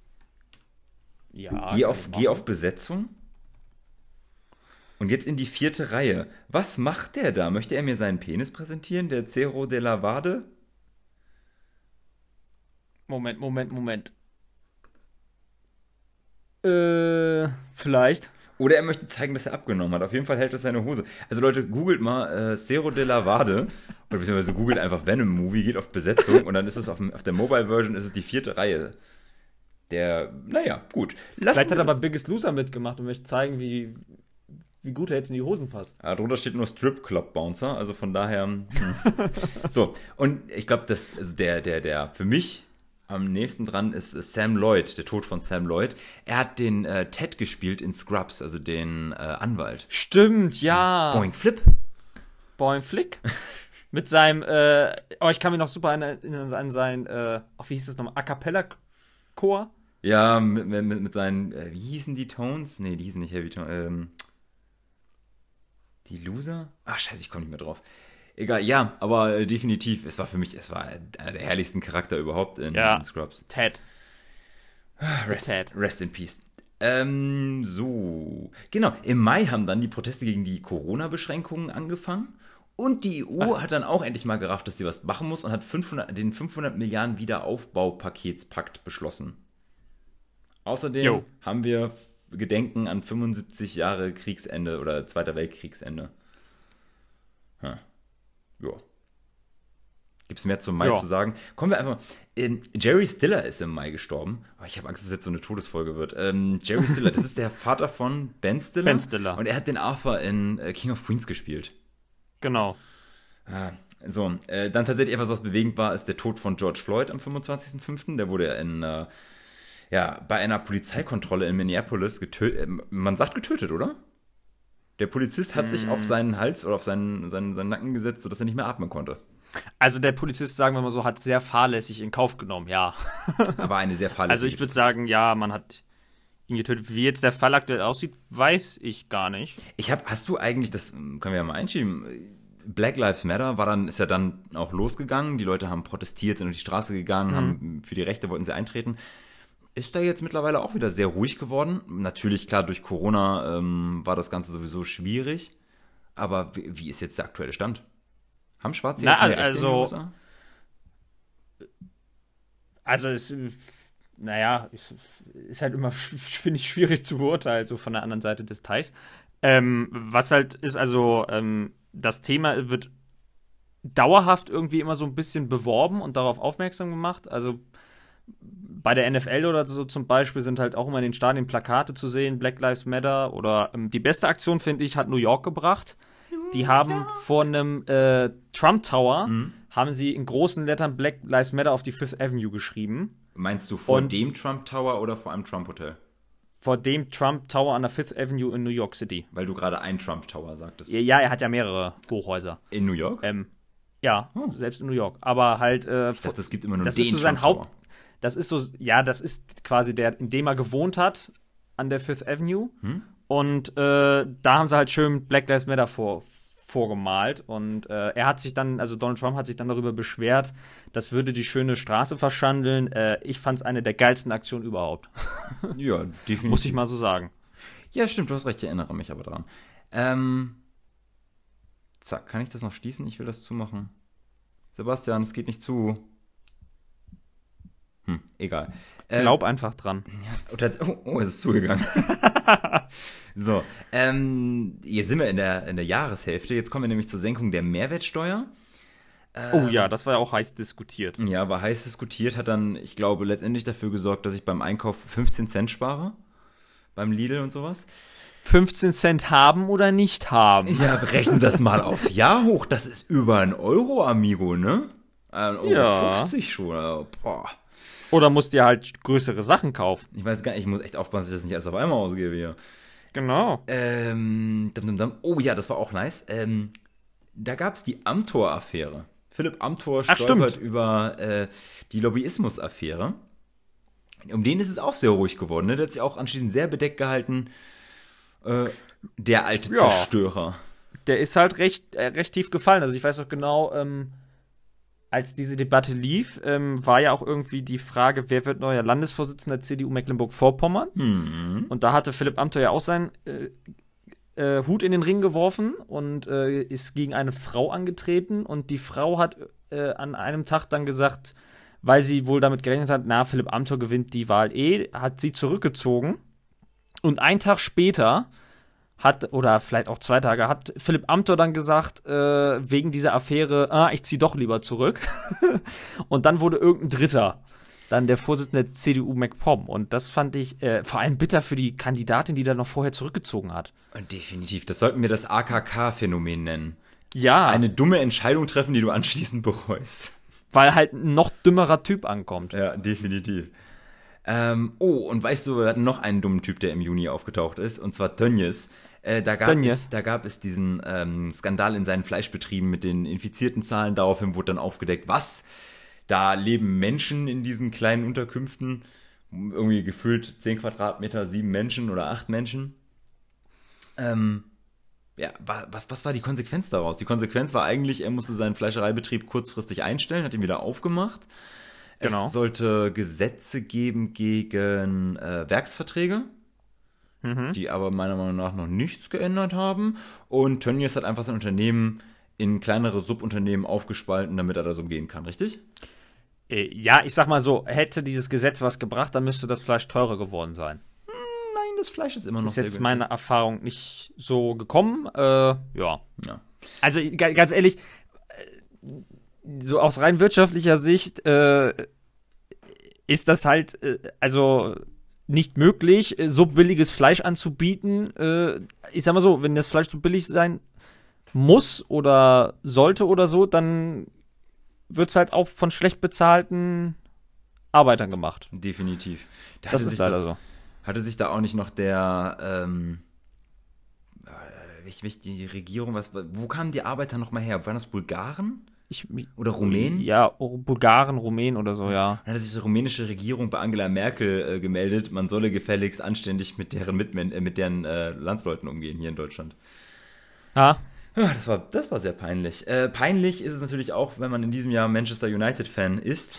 Ja. Geh kann auf, ich geh machen. auf Besetzung. Und jetzt in die vierte Reihe. Was macht der da? Möchte er mir seinen Penis präsentieren? Der Cerro de la Vade? Moment, Moment, Moment. Äh, vielleicht. Oder er möchte zeigen, dass er abgenommen hat. Auf jeden Fall hält er seine Hose. Also Leute, googelt mal äh, Cerro de la Vade. Oder beziehungsweise googelt einfach Venom Movie, geht auf Besetzung. Und dann ist es auf, dem, auf der Mobile-Version ist es die vierte Reihe. Der, naja, gut. Lassen Vielleicht hat wir er aber das. Biggest Loser mitgemacht und möchte zeigen, wie, wie gut er jetzt in die Hosen passt. Ja, drunter steht nur Strip Club Bouncer, also von daher. Hm. So, und ich glaube, dass also der, der, der für mich am nächsten dran ist äh, Sam Lloyd, der Tod von Sam Lloyd. Er hat den äh, Ted gespielt in Scrubs, also den äh, Anwalt. Stimmt, ja. Boing Flip. Boing Flick. Mit seinem, äh, oh, ich kann mich noch super erinnern an sein, äh, ach, wie hieß das nochmal? A Cappella-Chor? Ja, mit, mit, mit seinen, äh, wie hießen die Tones? Nee, die hießen nicht Heavy Tones. Ähm, Die Loser? Ach, scheiße, ich komme nicht mehr drauf. Egal, ja, aber äh, definitiv, es war für mich, es war einer der herrlichsten Charakter überhaupt in, Ja, in Scrubs. Ted. Rest, Ted. rest in Peace. Ähm, so. Genau, im Mai haben dann die Proteste gegen die Corona-Beschränkungen angefangen. Und die E U Ach. hat dann auch endlich mal gerafft, dass sie was machen muss und hat fünfhundert, den fünfhundert Milliarden Wiederaufbaupaketspakt beschlossen. Außerdem Jo. haben wir Gedenken an fünfundsiebzig Jahre Kriegsende oder Zweiter Weltkriegsende. Hm. Ja. Gibt es mehr zum Mai Ja. zu sagen? Kommen wir einfach. Ähm, Jerry Stiller ist im Mai gestorben. Oh, ich habe Angst, dass es jetzt so eine Todesfolge wird. Ähm, Jerry Stiller, das ist der Vater von Ben Stiller. Ben Stiller. Und er hat den Arthur in äh, King of Queens gespielt. Genau. Ah, so, äh, dann tatsächlich etwas, was bewegend war, ist der Tod von George Floyd am fünfundzwanzigsten fünften Der wurde in, äh, ja, bei einer Polizeikontrolle in Minneapolis getötet. Äh, man sagt getötet, oder? Der Polizist hat mm. sich auf seinen Hals oder auf seinen, seinen, seinen Nacken gesetzt, sodass er nicht mehr atmen konnte. Also der Polizist, sagen wir mal so, hat sehr fahrlässig in Kauf genommen, ja. Aber eine sehr fahrlässige. Also ich würde sagen, ja, man hat ihn getötet. Wie jetzt der Fall aktuell aussieht, weiß ich gar nicht. Ich habe, hast du eigentlich, das können wir ja mal einschieben, Black Lives Matter war dann, ist ja dann auch losgegangen. Die Leute haben protestiert, sind auf die Straße gegangen, mhm. haben für die Rechte wollten sie eintreten. Ist da jetzt mittlerweile auch wieder sehr ruhig geworden. Natürlich, klar, durch Corona ähm, war das Ganze sowieso schwierig. Aber wie, wie ist jetzt der aktuelle Stand? Haben Schwarze jetzt Na, mehr Rechte also, in den U S A? Also es, naja, ist halt immer, finde ich, schwierig zu beurteilen, so von der anderen Seite des Teichs. Ähm, was halt ist, also ähm, das Thema wird dauerhaft irgendwie immer so ein bisschen beworben und darauf aufmerksam gemacht. Also bei der N F L oder so zum Beispiel sind halt auch immer in den Stadien Plakate zu sehen, Black Lives Matter. Oder ähm, die beste Aktion, finde ich, hat New York gebracht. Die haben vor einem äh, Trump Tower, mhm. haben sie in großen Lettern Black Lives Matter auf die Fifth Avenue geschrieben. Meinst du vor und dem Trump Tower oder vor einem Trump Hotel? Vor dem Trump Tower an der Fifth Avenue in New York City. Weil du gerade ein Trump Tower sagtest. Ja, er hat ja mehrere Hochhäuser. In New York? Ähm, ja, oh. selbst in New York. Aber halt. Äh, ich dachte, es gibt immer nur das den ist so Trump sein Haupt. Tower. Das ist so, ja, das ist quasi der, in dem er gewohnt hat, an der Fifth Avenue. Hm? Und äh, da haben sie halt schön Black Lives Matter vor. vorgemalt und äh, er hat sich dann, also Donald Trump hat sich dann darüber beschwert, das würde die schöne Straße verschandeln. Äh, ich fand es eine der geilsten Aktionen überhaupt. Ja, definitiv. Muss ich mal so sagen. Ja, stimmt, du hast recht, ich erinnere mich aber daran. Ähm, zack, kann ich das noch schließen? Ich will das zumachen. Sebastian, es geht nicht zu. Hm, egal. Äh, Glaub einfach dran. Ja, oh, oh, es ist zugegangen. So, ähm, jetzt sind wir in der, in der Jahreshälfte. Jetzt kommen wir nämlich zur Senkung der Mehrwertsteuer. Ähm, oh ja, das war ja auch heiß diskutiert. Ja, war heiß diskutiert, hat dann, ich glaube, letztendlich dafür gesorgt, dass ich beim Einkauf fünfzehn Cent spare. Beim Lidl und sowas. fünfzehn Cent haben oder nicht haben? Ja, berechnen das mal aufs Jahr hoch. Das ist über ein Euro, Amigo, ne? ein Euro ja. fünfzig schon. Boah. Oder musst dir halt größere Sachen kaufen. Ich weiß gar nicht, ich muss echt aufpassen, dass ich das nicht alles auf einmal ausgebe hier. Genau. Ähm, dum, dum, dum. Oh ja, das war auch nice. Ähm, da gab es die Amthor-Affäre. Philipp Amthor stolpert über äh, die Lobbyismus-Affäre. Um den ist es auch sehr ruhig geworden. Ne? Der hat sich auch anschließend sehr bedeckt gehalten. Äh, der alte ja. Zerstörer. Der ist halt recht, äh, recht tief gefallen. Also ich weiß noch genau, ähm, als diese Debatte lief, ähm, war ja auch irgendwie die Frage, wer wird neuer Landesvorsitzender der C D U Mecklenburg-Vorpommern? Mhm. Und da hatte Philipp Amthor ja auch seinen äh, äh, Hut in den Ring geworfen und äh, ist gegen eine Frau angetreten. Und die Frau hat äh, an einem Tag dann gesagt, weil sie wohl damit gerechnet hat, na, Philipp Amthor gewinnt die Wahl eh, hat sie zurückgezogen. Und einen Tag später hat, oder vielleicht auch zwei Tage, hat Philipp Amthor dann gesagt, äh, wegen dieser Affäre, ah, ich zieh doch lieber zurück. Und dann wurde irgendein Dritter dann der Vorsitzende der C D U MacPom. Und das fand ich äh, vor allem bitter für die Kandidatin, die dann noch vorher zurückgezogen hat. Und definitiv, das sollten wir das A K K-Phänomen nennen. Ja. Eine dumme Entscheidung treffen, die du anschließend bereust. Weil halt ein noch dümmerer Typ ankommt. Ja, definitiv. Ähm, oh, und weißt du, wir hatten noch einen dummen Typ, der im Juni aufgetaucht ist, und zwar Tönnies. Äh, da, gab es, da gab es diesen ähm, Skandal in seinen Fleischbetrieben mit den infizierten Zahlen. Daraufhin wurde dann aufgedeckt, was? Da leben Menschen in diesen kleinen Unterkünften. Irgendwie gefüllt zehn Quadratmeter, sieben Menschen oder acht Menschen. Ähm, ja, was, was war die Konsequenz daraus? Die Konsequenz war eigentlich, er musste seinen Fleischereibetrieb kurzfristig einstellen, hat ihn wieder aufgemacht. Genau. Es sollte Gesetze geben gegen äh, Werksverträge, Mhm. die aber meiner Meinung nach noch nichts geändert haben. Und Tönnies hat einfach sein Unternehmen in kleinere Subunternehmen aufgespalten, damit er da so umgehen kann, richtig? Äh, ja, ich sag mal so, hätte dieses Gesetz was gebracht, dann müsste das Fleisch teurer geworden sein. Nein, das Fleisch ist immer noch Ist sehr jetzt günstig. meine Erfahrung nicht so gekommen. Äh, ja. Ja. Also ga- ganz ehrlich, äh, so aus rein wirtschaftlicher Sicht äh, ist das halt äh, also nicht möglich, äh, so billiges Fleisch anzubieten. Äh, ich sag mal so, wenn das Fleisch so billig sein muss oder sollte oder so, dann wird es halt auch von schlecht bezahlten Arbeitern gemacht. Definitiv. Da Das hatte ist sich leider da, so. hatte sich da auch nicht noch der, ähm, äh, wie, wie die Regierung, was, wo kamen die Arbeiter nochmal her? Waren das Bulgaren Ich, oder Rumänen? Ja, Bulgaren, Rumänen oder so, ja. Dann hat sich die rumänische Regierung bei Angela Merkel äh, gemeldet, man solle gefälligst anständig mit deren Mitmen äh, mit deren äh, Landsleuten umgehen hier in Deutschland. Ah, Ja, das war, das war sehr peinlich. Äh, peinlich ist es natürlich auch, wenn man in diesem Jahr Manchester United-Fan ist.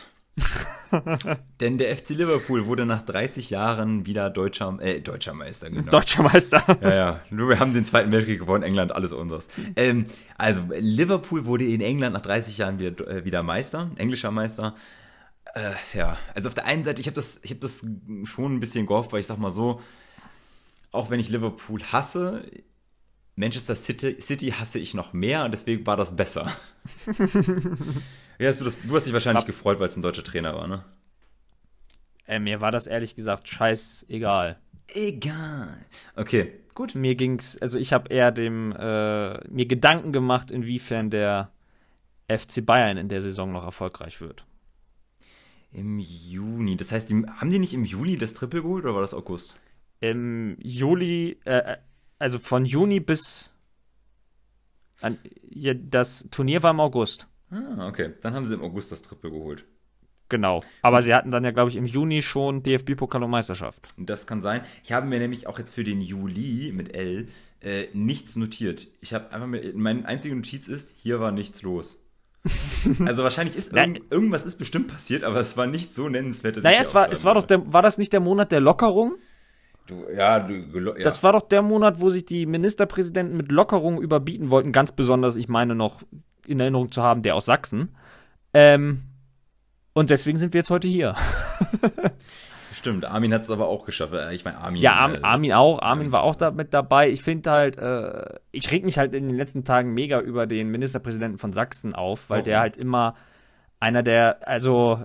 Denn der F C Liverpool wurde nach dreißig Jahren wieder deutscher, äh, deutscher Meister, genau. deutscher Meister. Ja, ja. Nur wir haben den Zweiten Weltkrieg gewonnen, England, alles unseres. Ähm, also, Liverpool wurde in England nach dreißig Jahren wieder, äh, wieder Meister, englischer Meister. Äh, ja, also auf der einen Seite, ich habe das, ich hab das schon ein bisschen gehofft, weil ich sag mal so, auch wenn ich Liverpool hasse, Manchester City, City hasse ich noch mehr und deswegen war das besser. Ja, hast du, das, du hast dich wahrscheinlich Ab- gefreut, weil es ein deutscher Trainer war, ne? Äh, mir war das ehrlich gesagt scheißegal. Egal. Okay, gut. Mir ging's, also ich habe eher dem, äh, mir Gedanken gemacht, inwiefern der F C Bayern in der Saison noch erfolgreich wird. Im Juni, das heißt, die, haben die nicht im Juli das Triple geholt oder war das August? Im Juli, äh, also von Juni bis an, ja, das Turnier war im August. Ah, okay. Dann haben sie im August das Triple geholt. Genau. Aber sie hatten dann ja, glaube ich, im Juni schon D F B-Pokal und Meisterschaft. Das kann sein. Ich habe mir nämlich auch jetzt für den Juli mit L äh, nichts notiert. Ich habe einfach mit, meine einzige Notiz ist, hier war nichts los. Also wahrscheinlich ist irgend, irgendwas ist bestimmt passiert, aber es war nicht so nennenswert. dass Naja, ich es hier war, es war doch aufschreiben der, war das nicht der Monat der Lockerung? wollte. Du, ja, du, gelo- ja. Das war doch der Monat, wo sich die Ministerpräsidenten mit Lockerungen überbieten wollten. Ganz besonders, ich meine noch in Erinnerung zu haben, der aus Sachsen. Ähm, und deswegen sind wir jetzt heute hier. Stimmt, Armin hat es aber auch geschafft. Äh, Ich meine, Armin. Ja, Ar äh, Armin auch. Armin war auch da mit dabei. Ich finde halt, äh, ich reg mich halt in den letzten Tagen mega über den Ministerpräsidenten von Sachsen auf, weil Warum? der halt immer einer der, also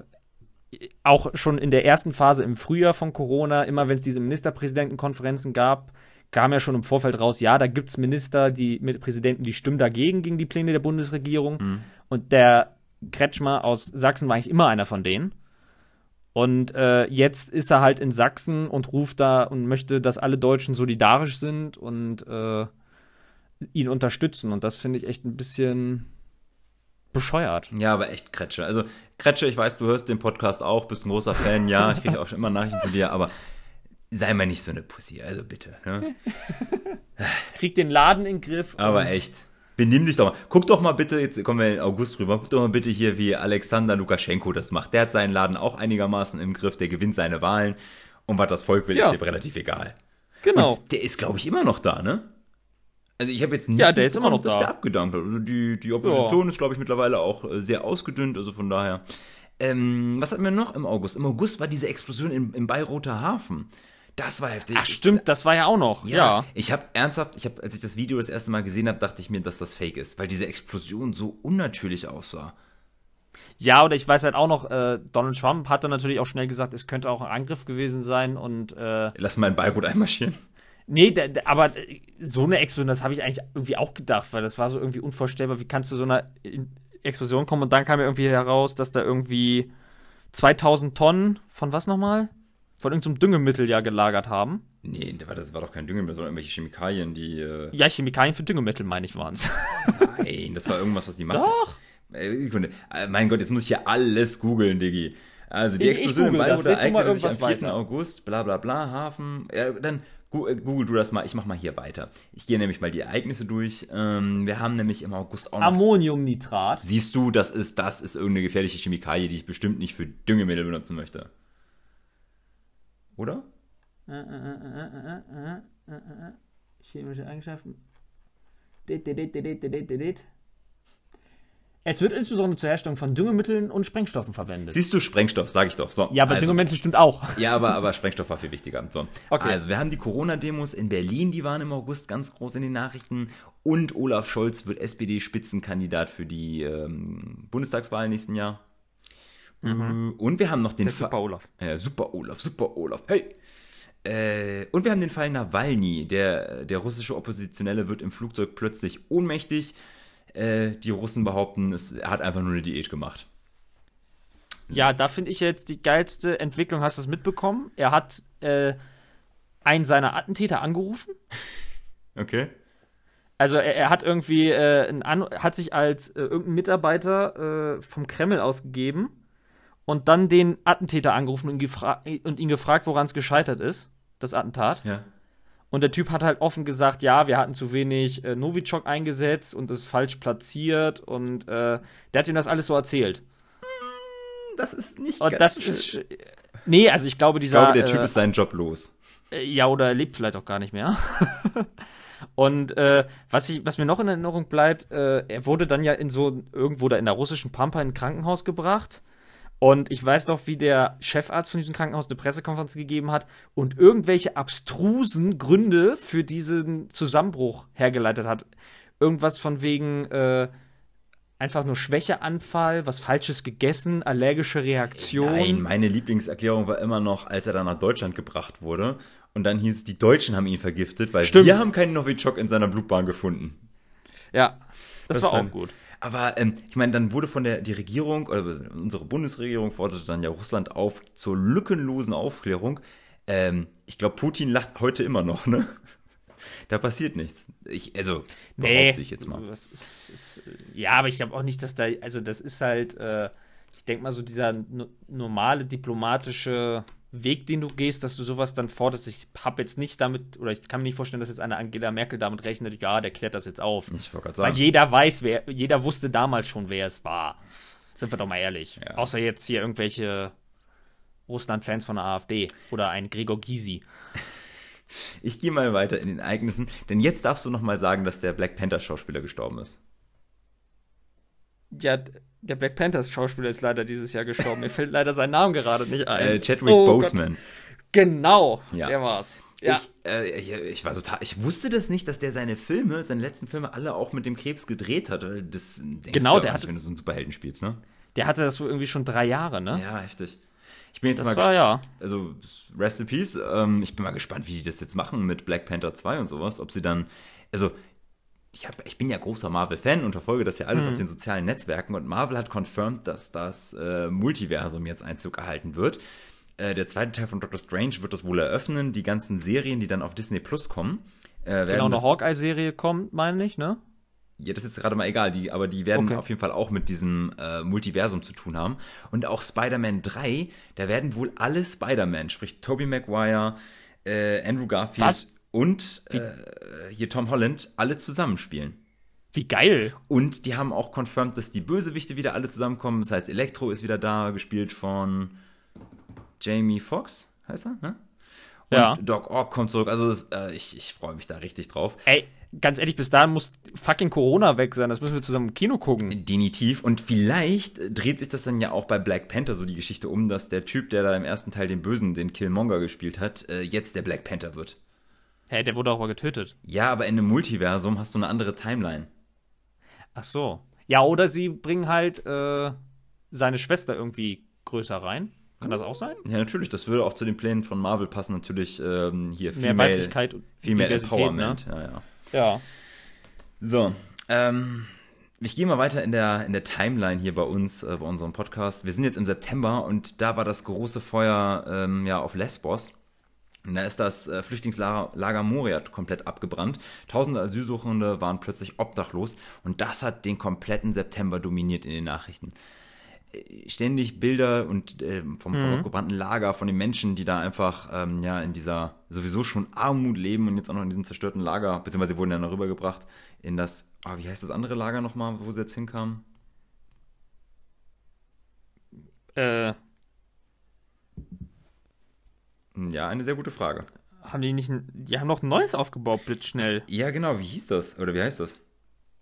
auch schon in der ersten Phase im Frühjahr von Corona, immer wenn es diese Ministerpräsidentenkonferenzen gab, kam ja schon im Vorfeld raus, ja, da gibt es Minister, die mit Präsidenten, die stimmen dagegen gegen die Pläne der Bundesregierung. Hm. Und der Kretschmer aus Sachsen war eigentlich immer einer von denen. Und äh, jetzt ist er halt in Sachsen und ruft da und möchte, dass alle Deutschen solidarisch sind und äh, ihn unterstützen. Und das finde ich echt ein bisschen bescheuert. Ja, aber echt Kretsche. Also, Kretsche, ich weiß, du hörst den Podcast auch, bist ein großer Fan, ja, ich kriege auch schon immer Nachrichten von dir, aber sei mal nicht so eine Pussy, also bitte. Ne? Kriegt den Laden in den Griff. Aber und echt. Benimm dich doch mal. Guck doch mal bitte, jetzt kommen wir in August rüber, guck doch mal bitte hier, wie Alexander Lukaschenko das macht. Der hat seinen Laden auch einigermaßen im Griff, der gewinnt seine Wahlen und was das Volk will, Ja. ist dem relativ egal. Genau. Und der ist, glaube ich, immer noch da, ne? Also ich habe jetzt nicht Ja, der ist immer mitbekommen, noch dass da. der abgedankt hat. Also die, die Opposition ist, glaube ich, mittlerweile auch äh, sehr ausgedünnt, also von daher. Ähm, was hatten wir noch im August? Im August war diese Explosion im, im Bayreuther Hafen. Das war heftig. Ach stimmt, das war ja auch noch. Ja, Ja. ich habe ernsthaft, ich habe, als ich das Video das erste Mal gesehen habe, dachte ich mir, dass das fake ist, weil diese Explosion so unnatürlich aussah. Ja, oder ich weiß halt auch noch, äh, Donald Trump hatte natürlich auch schnell gesagt, es könnte auch ein Angriff gewesen sein und äh, Lass mal in Beirut einmarschieren. nee, da, da, aber äh, so eine Explosion, das habe ich eigentlich irgendwie auch gedacht, weil das war so irgendwie unvorstellbar. Wie kannst du so einer In- Explosion kommen? Und dann kam ja irgendwie heraus, dass da irgendwie zweitausend Tonnen von was nochmal? Von irgendeinem Düngemittel ja gelagert haben. Nee, das war, das war doch kein Düngemittel, sondern irgendwelche Chemikalien, die. Äh, Ja, Chemikalien für Düngemittel, meine ich, waren es. nein, das war irgendwas, was die machen. Doch. Äh, Sekunde. Äh, mein Gott, jetzt muss ich hier alles googeln, Diggi. Also die Ich- ich Explosion in google das. Beirut Red du mal ereignete sich am irgendwas vierten weiter. August, bla bla bla, Hafen. Ja, dann Google du das mal, ich mach mal hier weiter. Ich gehe nämlich mal die Ereignisse durch. Ähm, wir haben nämlich im August auch noch... Ammoniumnitrat. Siehst du, das ist, das ist irgendeine gefährliche Chemikalie, die ich bestimmt nicht für Düngemittel benutzen möchte. Oder? Äh, äh, äh, äh, äh, äh, äh. Chemische Eigenschaften. Dit, dit, dit, dit, dit, dit, dit. Es wird insbesondere zur Herstellung von Düngemitteln und Sprengstoffen verwendet. Siehst du, Sprengstoff, sag ich doch. So, ja, aber also, Düngemittel stimmt auch. Ja, aber, aber Sprengstoff war viel wichtiger. So. Okay. Also, wir haben die Corona-Demos in Berlin, die waren im August ganz groß in den Nachrichten. Und Olaf Scholz wird S P D-Spitzenkandidat für die ähm, Bundestagswahl nächsten Jahr. Mhm. Und wir haben noch den Der Super Olaf. Ja, Super Olaf, Super Olaf, hey! Äh, und wir haben den Fall Nawalny. Der, der russische Oppositionelle wird im Flugzeug plötzlich ohnmächtig. Äh, die Russen behaupten, es, er hat einfach nur eine Diät gemacht. Ja, da finde ich jetzt die geilste Entwicklung. Hast du das mitbekommen? Er hat äh, einen seiner Attentäter angerufen. Okay. Also er, er hat irgendwie äh, ein An- hat sich als äh, irgendein Mitarbeiter äh, vom Kreml ausgegeben und dann den Attentäter angerufen und, gefra- und ihn gefragt, woran es gescheitert ist, das Attentat. Ja. Und der Typ hat halt offen gesagt, ja, wir hatten zu wenig äh, Novichok eingesetzt und es falsch platziert und äh, der hat ihm das alles so erzählt. Das ist nicht Und ganz das schön. ist, äh, nee, also ich glaube, Ich dieser glaube, der Typ äh, ist seinen Job los. äh, ja, oder er lebt vielleicht auch gar nicht mehr. Und äh, was, ich, was mir noch in Erinnerung bleibt, äh, er wurde dann ja in so irgendwo da in der russischen Pampa in ein Krankenhaus gebracht. Und ich weiß noch, wie der Chefarzt von diesem Krankenhaus eine Pressekonferenz gegeben hat und irgendwelche abstrusen Gründe für diesen Zusammenbruch hergeleitet hat. Irgendwas von wegen äh, einfach nur Schwächeanfall, was Falsches gegessen, allergische Reaktion. Nein, meine Lieblingserklärung war immer noch, als er dann nach Deutschland gebracht wurde. Und dann hieß es, die Deutschen haben ihn vergiftet, weil Stimmt. wir haben keinen Novichok in seiner Blutbahn gefunden. Ja, das, Das war war- auch gut. Aber ähm, ich meine, dann wurde von der die Regierung, oder unsere Bundesregierung forderte dann ja Russland auf zur lückenlosen Aufklärung. Ähm, ich glaube, Putin lacht heute immer noch, ne? Da passiert nichts. Ich, also, behaupte ich jetzt mal. Das ist, ist, ja, aber ich glaube auch nicht, dass da, also das ist halt, äh, ich denke mal so dieser no- normale diplomatische Weg, den du gehst, dass du sowas dann forderst. Ich habe jetzt nicht damit, oder ich kann mir nicht vorstellen, dass jetzt eine Angela Merkel damit rechnet, ja, der klärt das jetzt auf. Ich wollte gerade Weil sagen. jeder weiß, wer, jeder wusste damals schon, wer es war. Sind wir doch mal ehrlich. Ja. Außer jetzt hier irgendwelche Russland-Fans von der AfD oder ein Gregor Gysi. Ich gehe mal weiter in den Ereignissen, denn jetzt darfst du noch mal sagen, dass der Black Panther Schauspieler gestorben ist. Ja, d- der Black Panthers Schauspieler ist leider dieses Jahr gestorben. Mir fällt leider sein Name gerade nicht ein. Äh, Chadwick Oh Boseman. Gott. Genau, Ja. der war's. Ja. Ich, äh, ich, ich war total, ich wusste das nicht, dass der seine Filme, seine letzten Filme alle auch mit dem Krebs gedreht hat. Das denkst Genau, du der ja nicht, hatte- wenn du so einen Superhelden spielst, ne? Der hatte das wohl irgendwie schon drei Jahre, ne? Ja, heftig. Ich bin jetzt Das mal war gespannt. ja. Also, Rest in Peace. Ähm, ich bin mal gespannt, wie die das jetzt machen mit Black Panther zwei und sowas. Ob sie dann, also, ich, hab, ich bin ja großer Marvel-Fan und verfolge das ja alles Mhm. auf den sozialen Netzwerken. Und Marvel hat confirmed, dass das äh, Multiversum jetzt Einzug erhalten wird. Äh, der zweite Teil von Doctor Strange wird das wohl eröffnen. Die ganzen Serien, die dann auf Disney Plus kommen, äh, werden Genau, eine das, Hawkeye-Serie kommt, meine ich, ne? ja, das ist jetzt gerade mal egal, die, aber die werden Okay. auf jeden Fall auch mit diesem äh, Multiversum zu tun haben. Und auch Spider-Man drei, da werden wohl alle Spider-Man, sprich Tobey Maguire, äh, Andrew Garfield Was? und äh, hier Tom Holland alle zusammenspielen. Wie geil. Und die haben auch confirmed, dass die Bösewichte wieder alle zusammenkommen. Das heißt, Electro ist wieder da, gespielt von Jamie Foxx, heißt er, ne? Und Ja. Doc Ock kommt zurück. Also das, äh, ich, ich freue mich da richtig drauf. Ey, ganz ehrlich, bis dahin muss fucking Corona weg sein. Das müssen wir zusammen im Kino gucken. Definitiv. Und vielleicht dreht sich das dann ja auch bei Black Panther so die Geschichte um, dass der Typ, der da im ersten Teil den Bösen, den Killmonger gespielt hat, äh, jetzt der Black Panther wird. Hä, der wurde auch mal getötet. Ja, aber in einem Multiversum hast du eine andere Timeline. Ach so. Ja, oder sie bringen halt äh, seine Schwester irgendwie größer rein. Kann das auch sein? Ja, natürlich. Das würde auch zu den Plänen von Marvel passen. Natürlich ähm, hier Mehr Female, Weiblichkeit und Female Diversität, Empowerment. Ja, ja. Ja. So, ähm, ich gehe mal weiter in der, in der Timeline hier bei uns, äh, bei unserem Podcast. Wir sind jetzt im September und da war das große Feuer ähm, ja auf Lesbos. Und da ist das äh, Flüchtlingslager Lager Moria komplett abgebrannt. Tausende Asylsuchende waren plötzlich obdachlos und das hat den kompletten September dominiert in den Nachrichten. ständig Bilder und äh, vom, vom Mhm. aufgebrannten Lager, von den Menschen, die da einfach ähm, ja in dieser sowieso schon Armut leben und jetzt auch noch in diesem zerstörten Lager, beziehungsweise wurden dann noch rübergebracht in das, ah, wie heißt das andere Lager nochmal, wo sie jetzt hinkamen? Äh, Hm, Ja, eine sehr gute Frage. haben die nicht ein, die haben noch ein neues aufgebaut, blitzschnell. Ja, genau, wie hieß das? Oder wie heißt das?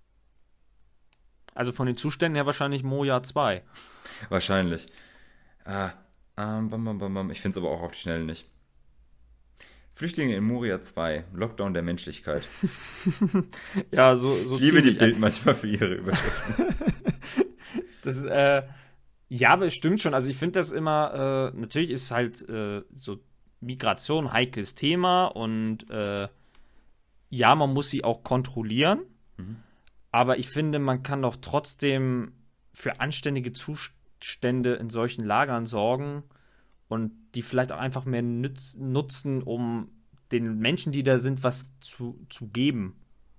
Also von den Zuständen her wahrscheinlich Moja zwei. Wahrscheinlich. Ah, ähm, bam, bam, bam, bam. Ich finde es aber auch auf die Schnelle nicht. Flüchtlinge in Moria zwei, Lockdown der Menschlichkeit. Ja, so, so Ich liebe die ziemlich. Bild manchmal für ihre Überschrift. Das ist, äh, ja, aber es stimmt schon. Also ich finde das immer, äh, natürlich ist halt äh, so Migration ein heikles Thema und äh, ja, man muss sie auch kontrollieren, aber ich finde, man kann doch trotzdem für anständige Zustände in solchen Lagern sorgen und die vielleicht auch einfach mehr nütz nutzen, um den Menschen, die da sind, was zu, zu geben.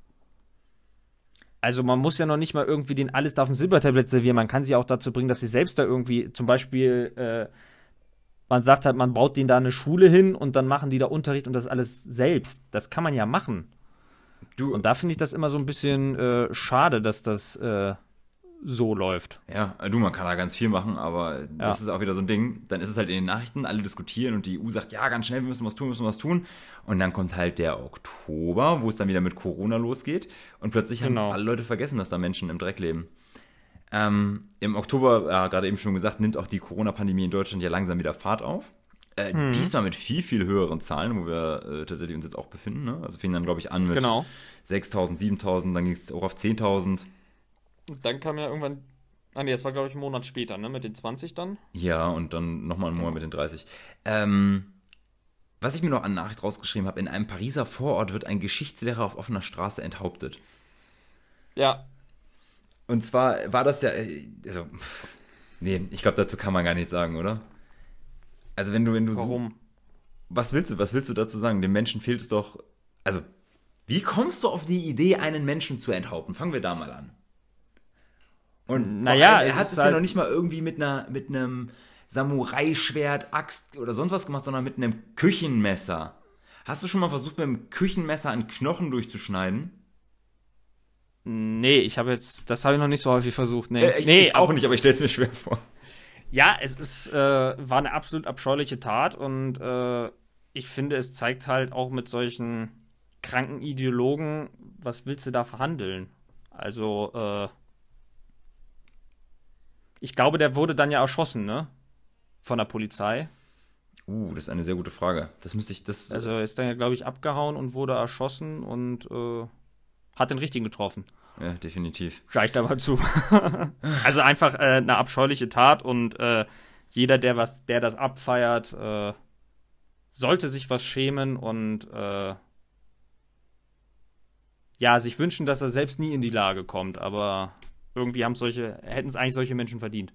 Also man muss ja noch nicht mal irgendwie denen alles da auf dem Silbertablett servieren. Man kann sie auch dazu bringen, dass sie selbst da irgendwie, zum Beispiel, äh, man sagt halt, man baut denen da eine Schule hin und dann machen die da Unterricht und das alles selbst. Das kann man ja machen. Du, Und da finde ich das immer so ein bisschen äh, schade, dass das äh, so läuft. ja, du, man kann da ganz viel machen, aber das Ja. ist auch wieder so ein Ding. Dann ist es halt in den Nachrichten, alle diskutieren und die E U sagt, ja, ganz schnell, wir müssen was tun, wir müssen was tun. Und dann kommt halt der Oktober, wo es dann wieder mit Corona losgeht. Und plötzlich haben Genau. alle Leute vergessen, dass da Menschen im Dreck leben. Ähm, Im Oktober, ja, gerade eben schon gesagt, nimmt auch die Corona-Pandemie in Deutschland ja langsam wieder Fahrt auf. Äh, Mhm. Diesmal mit viel, viel höheren Zahlen, wo wir äh, tatsächlich uns jetzt auch befinden. Ne? Also fing dann, glaube ich, an mit Genau. sechstausend, siebentausend, dann ging es auch auf zehntausend. Und dann kam ja irgendwann, ah nee, das war glaube ich einen Monat später, ne, mit den zwanzig dann. Ja, und dann nochmal einen Monat mit den dreißig. Ähm, was ich mir noch an Nachricht rausgeschrieben habe, in einem Pariser Vorort wird ein Geschichtslehrer auf offener Straße enthauptet. Ja, Und zwar war das ja, äh, also, pff, nee, ich glaube, dazu kann man gar nichts sagen, oder? Also wenn du, wenn du so, warum? was willst du, was willst du dazu sagen? Dem Menschen fehlt es doch, also, wie kommst du auf die Idee, einen Menschen zu enthaupten? Fangen wir da mal an. Und vor Naja, allem, er es hat ist es ja halt- noch nicht mal irgendwie mit einer, mit einem Samurai-Schwert, Axt oder sonst was gemacht, sondern mit einem Küchenmesser. Hast du schon mal versucht, mit einem Küchenmesser einen Knochen durchzuschneiden? Nee, ich habe jetzt, das habe ich noch nicht so häufig versucht. Nee, Äh, ich, nee, ich auch nicht, aber ich stelle es mir schwer vor. Ja, es ist, äh, war eine absolut abscheuliche Tat und äh, ich finde, es zeigt halt auch mit solchen kranken Ideologen, was willst du da verhandeln? Also, äh, ich glaube, der wurde dann ja erschossen, ne? Von der Polizei. Uh, das ist eine sehr gute Frage. Das müsste ich, das, Also, er ist dann ja, glaube ich, abgehauen und wurde erschossen und äh, hat den Richtigen getroffen. ja, definitiv. Reicht aber zu. Also einfach äh, eine abscheuliche Tat und äh, jeder, der was, der das abfeiert, äh, sollte sich was schämen und äh, ja, sich wünschen, dass er selbst nie in die Lage kommt. Aber irgendwie haben solche, hätten es eigentlich solche Menschen verdient.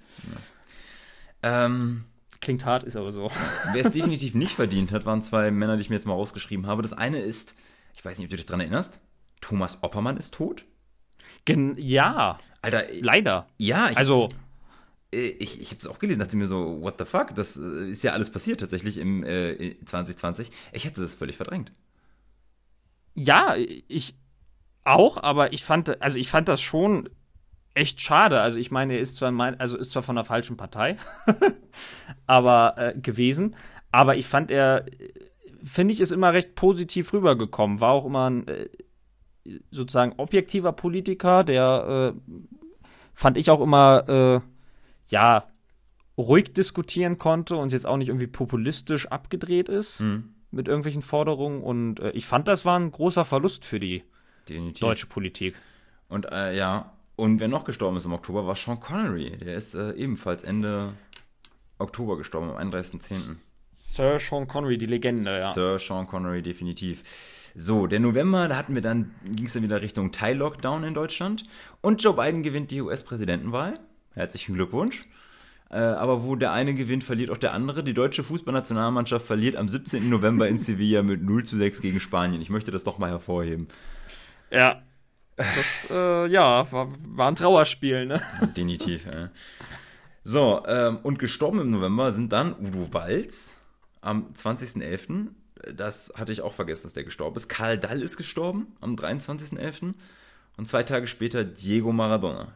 Ähm, Klingt hart, ist aber so. wer es definitiv nicht verdient hat, waren zwei Männer, die ich mir jetzt mal rausgeschrieben habe. Das eine ist, ich weiß nicht, ob du dich dran erinnerst, Thomas Oppermann ist tot. Gen ja, Alter, äh, leider. ja, ich Also, äh, ich, ich habe es auch gelesen, dachte mir so, what the fuck, das äh, ist ja alles passiert tatsächlich im äh, zwanzig zwanzig. Ich hätte das völlig verdrängt. ja, ich auch, aber ich fand, also ich fand das schon echt schade. Also ich meine, er ist zwar mein, also ist zwar von der falschen Partei, aber äh, gewesen, aber ich fand er, äh, finde ich, ist immer recht positiv rübergekommen. War auch immer ein äh, sozusagen objektiver Politiker, der äh, fand ich auch immer, äh, ja, ruhig diskutieren konnte und jetzt auch nicht irgendwie populistisch abgedreht ist Mhm. mit irgendwelchen Forderungen. Und äh, ich fand, das war ein großer Verlust für die Definitiv. deutsche Politik. Und äh, ja, und wer noch gestorben ist im Oktober, war Sean Connery. Der ist äh, ebenfalls Ende Oktober gestorben, am einunddreißigsten zehnten Sir Sean Connery, die Legende, ja. Sir Sean Connery, definitiv. So, der November, da hatten wir dann, ging es dann wieder Richtung Teil-Lockdown in Deutschland. Und Joe Biden gewinnt die U S-Präsidentenwahl. Herzlichen Glückwunsch. Äh, aber wo der eine gewinnt, verliert auch der andere. Die deutsche Fußballnationalmannschaft verliert am siebzehnten November in Sevilla mit null zu sechs gegen Spanien. Ich möchte das doch mal hervorheben. Ja. Das, äh, ja, war, war ein Trauerspiel, ne? Definitiv. Äh. So, ähm, und gestorben im November sind dann Udo Walz am zwanzigsten elften Das hatte ich auch vergessen, dass der gestorben ist. Karl Dall ist gestorben am dreiundzwanzigsten elften Und zwei Tage später Diego Maradona.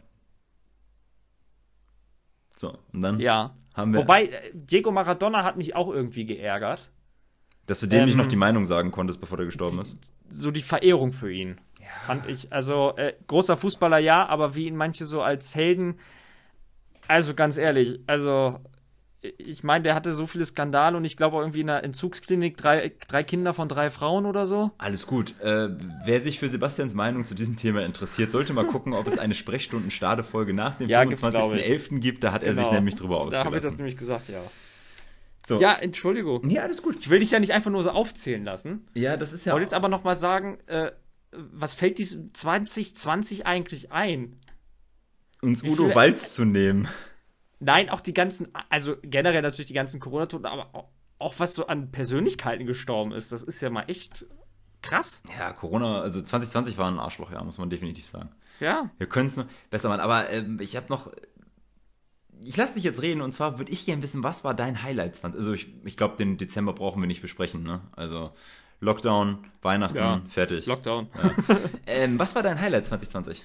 So, und dann Ja. haben wir, Wobei, äh, Diego Maradona hat mich auch irgendwie geärgert. dass du dem nicht ähm, noch die Meinung sagen konntest, bevor der gestorben ist. So die Verehrung für ihn. Fand ich, also äh, großer Fußballer ja, aber wie ihn manche so als Helden, also ganz ehrlich, also ich meine, der hatte so viele Skandale und ich glaube auch irgendwie in der Entzugsklinik drei, drei Kinder von drei Frauen oder so. Alles gut. Äh, wer sich für Sebastians Meinung zu diesem Thema interessiert, sollte mal gucken, ob es eine Sprechstunden-Stade-Folge nach dem Ja, gibt's, fünfundzwanzigsten glaub ich. elften gibt. Da hat er Genau. sich nämlich drüber Da ausgelassen. habe ich das nämlich gesagt, ja. So. Ja, Entschuldigung. Ja, alles gut. Ich will dich ja nicht einfach nur so aufzählen lassen. Ja, das ist Ich ja. wollte jetzt aber noch mal sagen, äh, was fällt diesem zwanzig zwanzig eigentlich ein? uns wie Udo viele- Walz zu nehmen. Nein, auch die ganzen, also generell natürlich die ganzen Corona-Toten, aber auch, auch was so an Persönlichkeiten gestorben ist, das ist ja mal echt krass. Ja, Corona, also zwanzig zwanzig war ein Arschloch, ja, muss man definitiv sagen. Ja. Wir können es noch besser machen. Aber ähm, ich habe noch. Ich lasse dich jetzt reden und zwar würde ich gerne wissen, was war dein Highlight? Also ich, ich glaube, den Dezember brauchen wir nicht besprechen, ne? Also Lockdown, Weihnachten, Ja, fertig. Lockdown. Ja. ähm, was war dein Highlight zwanzig zwanzig?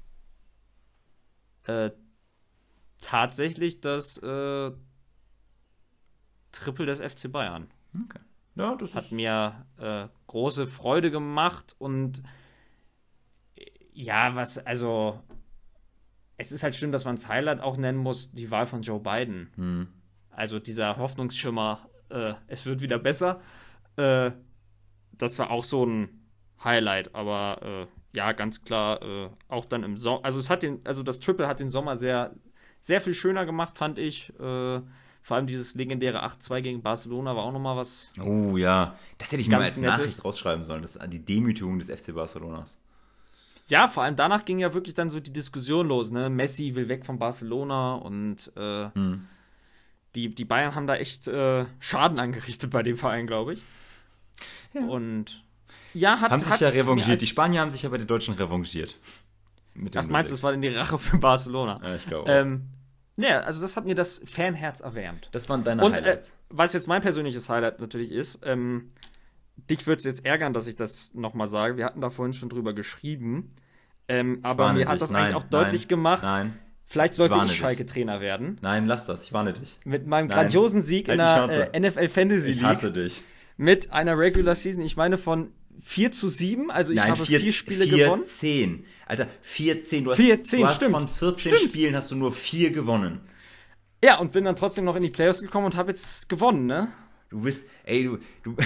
Äh, tatsächlich das äh, Triple des F C Bayern. Okay. Ja, das Hat ist. mir äh, große Freude gemacht und äh, ja, was, also es ist halt schlimm, dass man es Highlight auch nennen muss, die Wahl von Joe Biden. Hm. Also dieser Hoffnungsschimmer, äh, es wird wieder besser. Äh, das war auch so ein Highlight, aber äh, ja, ganz klar, äh, auch dann im Sommer, also es hat den, also das Triple hat den Sommer sehr, sehr viel schöner gemacht, fand ich. Äh, vor allem dieses legendäre acht zwei gegen Barcelona war auch nochmal was. Oh ja, das hätte ich mir mal Ganz als nettes. Nachricht rausschreiben sollen. Das ist die Demütigung des F C Barcelonas. Ja, vor allem danach ging ja wirklich dann so die Diskussion los, ne? Messi will weg von Barcelona und äh, Hm. die, die Bayern haben da echt äh, Schaden angerichtet bei dem Verein, glaube ich. Ja. Und ja, hat Haben sich hat's ja mir revanchiert. als- Die Spanier haben sich ja bei den Deutschen revanchiert. Mit dem Was meinst du, null sechs. das war denn die Rache für Barcelona? Ja, ich glaube auch. Ähm, ja, also das hat mir das Fanherz erwärmt. Das waren deine Und äh, Highlights. was jetzt mein persönliches Highlight natürlich ist, ähm, dich würde es jetzt ärgern, dass ich das nochmal sage. Wir hatten da vorhin schon drüber geschrieben. Ähm, aber warne mir hat dich. das Nein, eigentlich auch deutlich nein, gemacht. Nein, Vielleicht sollte warne ich dich. Schalke-Trainer werden. nein, lass das. Ich warne dich. Mit meinem Nein. grandiosen Sieg Halt in die der Schnauze. äh, N F L Fantasy Ich League. hasse dich. Mit einer Regular Season, ich meine von vier zu sieben. Also ich Nein, habe vier, vier Spiele vier, gewonnen. zehn. Alter, vier, zehn. Du hast, vier zehn, du hast stimmt. von vierzehn Stimmt. Spielen hast du nur vier gewonnen. Ja, und bin dann trotzdem noch in die Playoffs gekommen und habe jetzt gewonnen, ne? Du bist, ey, du, du.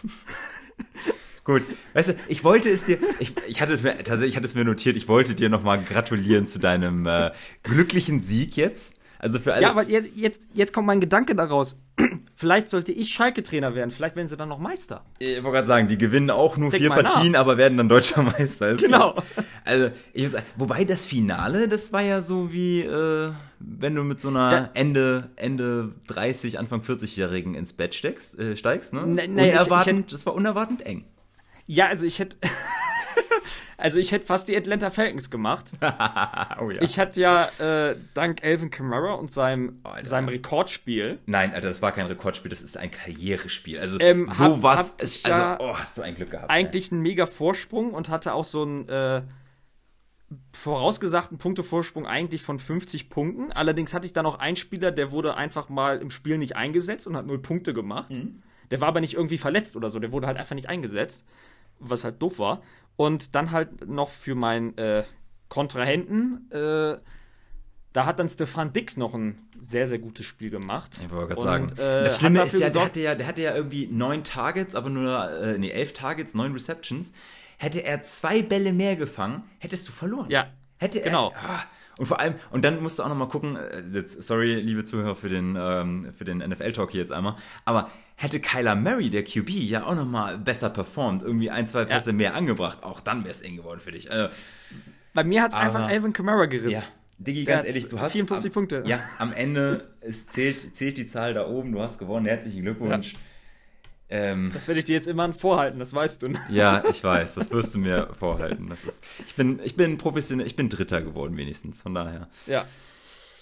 Gut, weißt du, ich wollte es dir, ich, ich hatte es mir, tatsächlich, ich hatte es mir notiert, ich wollte dir nochmal gratulieren zu deinem äh, glücklichen Sieg jetzt. Also für alle. Ja, aber je- jetzt, jetzt kommt mein Gedanke daraus. Vielleicht sollte ich Schalke-Trainer werden. Vielleicht werden sie dann noch Meister. Ich wollte gerade sagen, die gewinnen auch nur Denk vier mal Partien, aber werden dann deutscher Meister. Ist Genau. klar. Also, ich muss sagen, wobei das Finale, das war ja so wie, äh, wenn du mit so einer Da- Ende, Ende dreißig, Anfang vierzig-Jährigen ins Bett steckst, äh, steigst, ne? Nee, nee, ich- ich unerwartend, hätt- das war unerwartend eng. Ja, also ich hätte. Also ich hätte fast die Atlanta Falcons gemacht. oh ja. Ich hatte ja äh, dank Alvin Kamara und seinem, Alter. seinem Rekordspiel Nein, Alter, das war kein Rekordspiel, das ist ein Karrierespiel. Also Ähm, hab- sowas hab ist, ich also, ja oh, hast du ein Glück gehabt. eigentlich einen mega Vorsprung und hatte auch so einen äh, vorausgesagten Punktevorsprung eigentlich von fünfzig Punkten. Allerdings hatte ich dann noch einen Spieler, der wurde einfach mal im Spiel nicht eingesetzt und hat null Punkte gemacht. Der war aber nicht irgendwie verletzt oder so, der wurde halt einfach nicht eingesetzt, was halt doof war. Und dann halt noch für meinen äh, Kontrahenten, äh, da hat dann Stefan Dix noch ein sehr, sehr gutes Spiel gemacht. Ich wollte gerade Und, sagen. äh, das hat Schlimme dafür ist ja, der gesorgt- hatte ja, der hatte ja irgendwie neun Targets, aber nur, äh, nee, elf Targets, neun Receptions. Hätte er zwei Bälle mehr gefangen, hättest du verloren. Ja, Hätte genau. er. Ah, und vor allem, und dann musst du auch noch mal gucken, äh, jetzt, sorry, liebe Zuhörer, für den, ähm, für den N F L-Talk hier jetzt einmal, aber hätte Kyler Murray, der Q B, ja auch noch mal besser performt, irgendwie ein, zwei Pässe mehr angebracht, auch dann wäre es eng geworden für dich. Äh, Bei mir hat es Aber- einfach Alvin Kamara gerissen. ja, Diggi, Der ganz hat ehrlich, du hast vierundfünfzig am, Punkte. Ja, am Ende es zählt, zählt die Zahl da oben, du hast gewonnen, herzlichen Glückwunsch. Ähm, Das werde ich dir jetzt immer vorhalten, das weißt du. Ne? ja, ich weiß, das wirst du mir vorhalten. Das ist, ich bin, ich bin professionell, ich bin Dritter geworden wenigstens, von daher. Ja.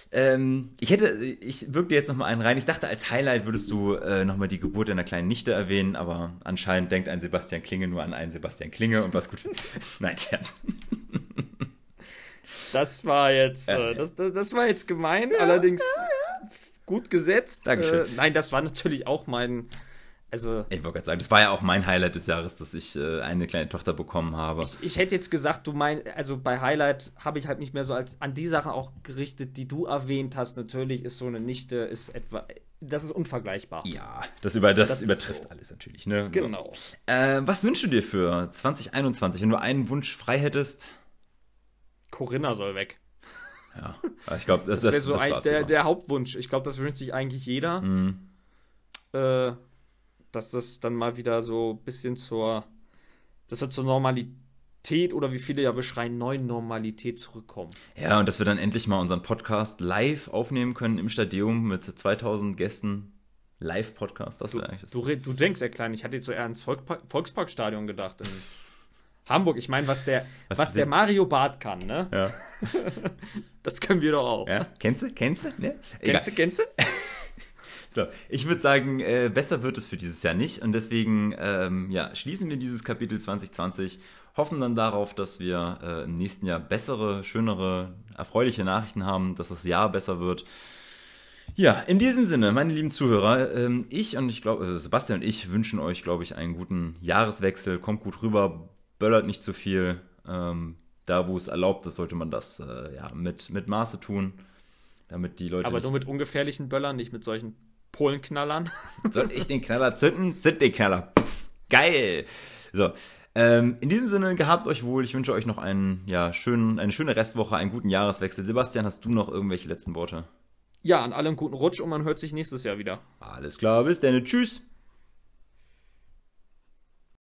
Ähm, ich hätte, ich wirke dir jetzt noch mal einen rein. Ich dachte, als Highlight würdest du äh, noch mal die Geburt deiner kleinen Nichte erwähnen, aber anscheinend denkt ein Sebastian Klinge nur an einen Sebastian Klinge und was gut für... Nein, Scherz. Das war jetzt, Ja, äh, das, das, das war jetzt gemein, ja, allerdings ja, ja. gut gesetzt. Dankeschön. Äh, nein, das war natürlich auch mein, also... Ich wollte gerade sagen, das war ja auch mein Highlight des Jahres, dass ich äh, eine kleine Tochter bekommen habe. Ich, ich hätte jetzt gesagt, du meinst, also bei Highlight habe ich halt nicht mehr so als an die Sachen auch gerichtet, die du erwähnt hast. Natürlich ist so eine Nichte, ist etwa, das ist unvergleichbar. Ja, das, über, das, das übertrifft so. alles natürlich, ne? Genau. So. Äh, was wünschst du dir für zwanzig einundzwanzig, wenn du einen Wunsch frei hättest? Corinna soll weg. Ja, ich glaube, das, das wäre das, so das eigentlich der, der Hauptwunsch. Ich glaube, das wünscht sich eigentlich jeder. Mhm. Äh, dass das dann mal wieder so ein bisschen zur, dass wir zur Normalität oder wie viele ja beschreien, neuen Normalität zurückkommen. Ja, und dass wir dann endlich mal unseren Podcast live aufnehmen können im Stadion mit zweitausend Gästen. Live-Podcast, das wäre eigentlich das. Du, du denkst ja klein, ich hatte jetzt so eher ans Volkpark, Volksparkstadion gedacht in Hamburg. Ich meine, was der, was, was der Mario Barth kann, ne? Ja. Das können wir doch auch. Ja, kennst du? Kennst du? Ne? Kennst du? Kennst du? So, ich würde sagen, äh, besser wird es für dieses Jahr nicht und deswegen ähm, ja, schließen wir dieses Kapitel zwanzig zwanzig, hoffen dann darauf, dass wir äh, im nächsten Jahr bessere, schönere, erfreuliche Nachrichten haben, dass das Jahr besser wird. Ja, in diesem Sinne, meine lieben Zuhörer, ähm, ich und ich glaube, äh, Sebastian und ich wünschen euch, glaube ich, einen guten Jahreswechsel, kommt gut rüber, böllert nicht zu viel, ähm, da wo es erlaubt ist, sollte man das äh, ja, mit, mit Maße tun, damit die Leute Aber nur mit ungefährlichen Böllern, nicht mit solchen Polenknallern. Soll ich den Knaller zünden? Zünd den Knaller. Puff, geil. So, ähm, in diesem Sinne, gehabt euch wohl. Ich wünsche euch noch einen, ja, schönen, eine schöne Restwoche, einen guten Jahreswechsel. Sebastian, hast du noch irgendwelche letzten Worte? Ja, an allem guten Rutsch und man hört sich nächstes Jahr wieder. Alles klar, bis dann. Tschüss.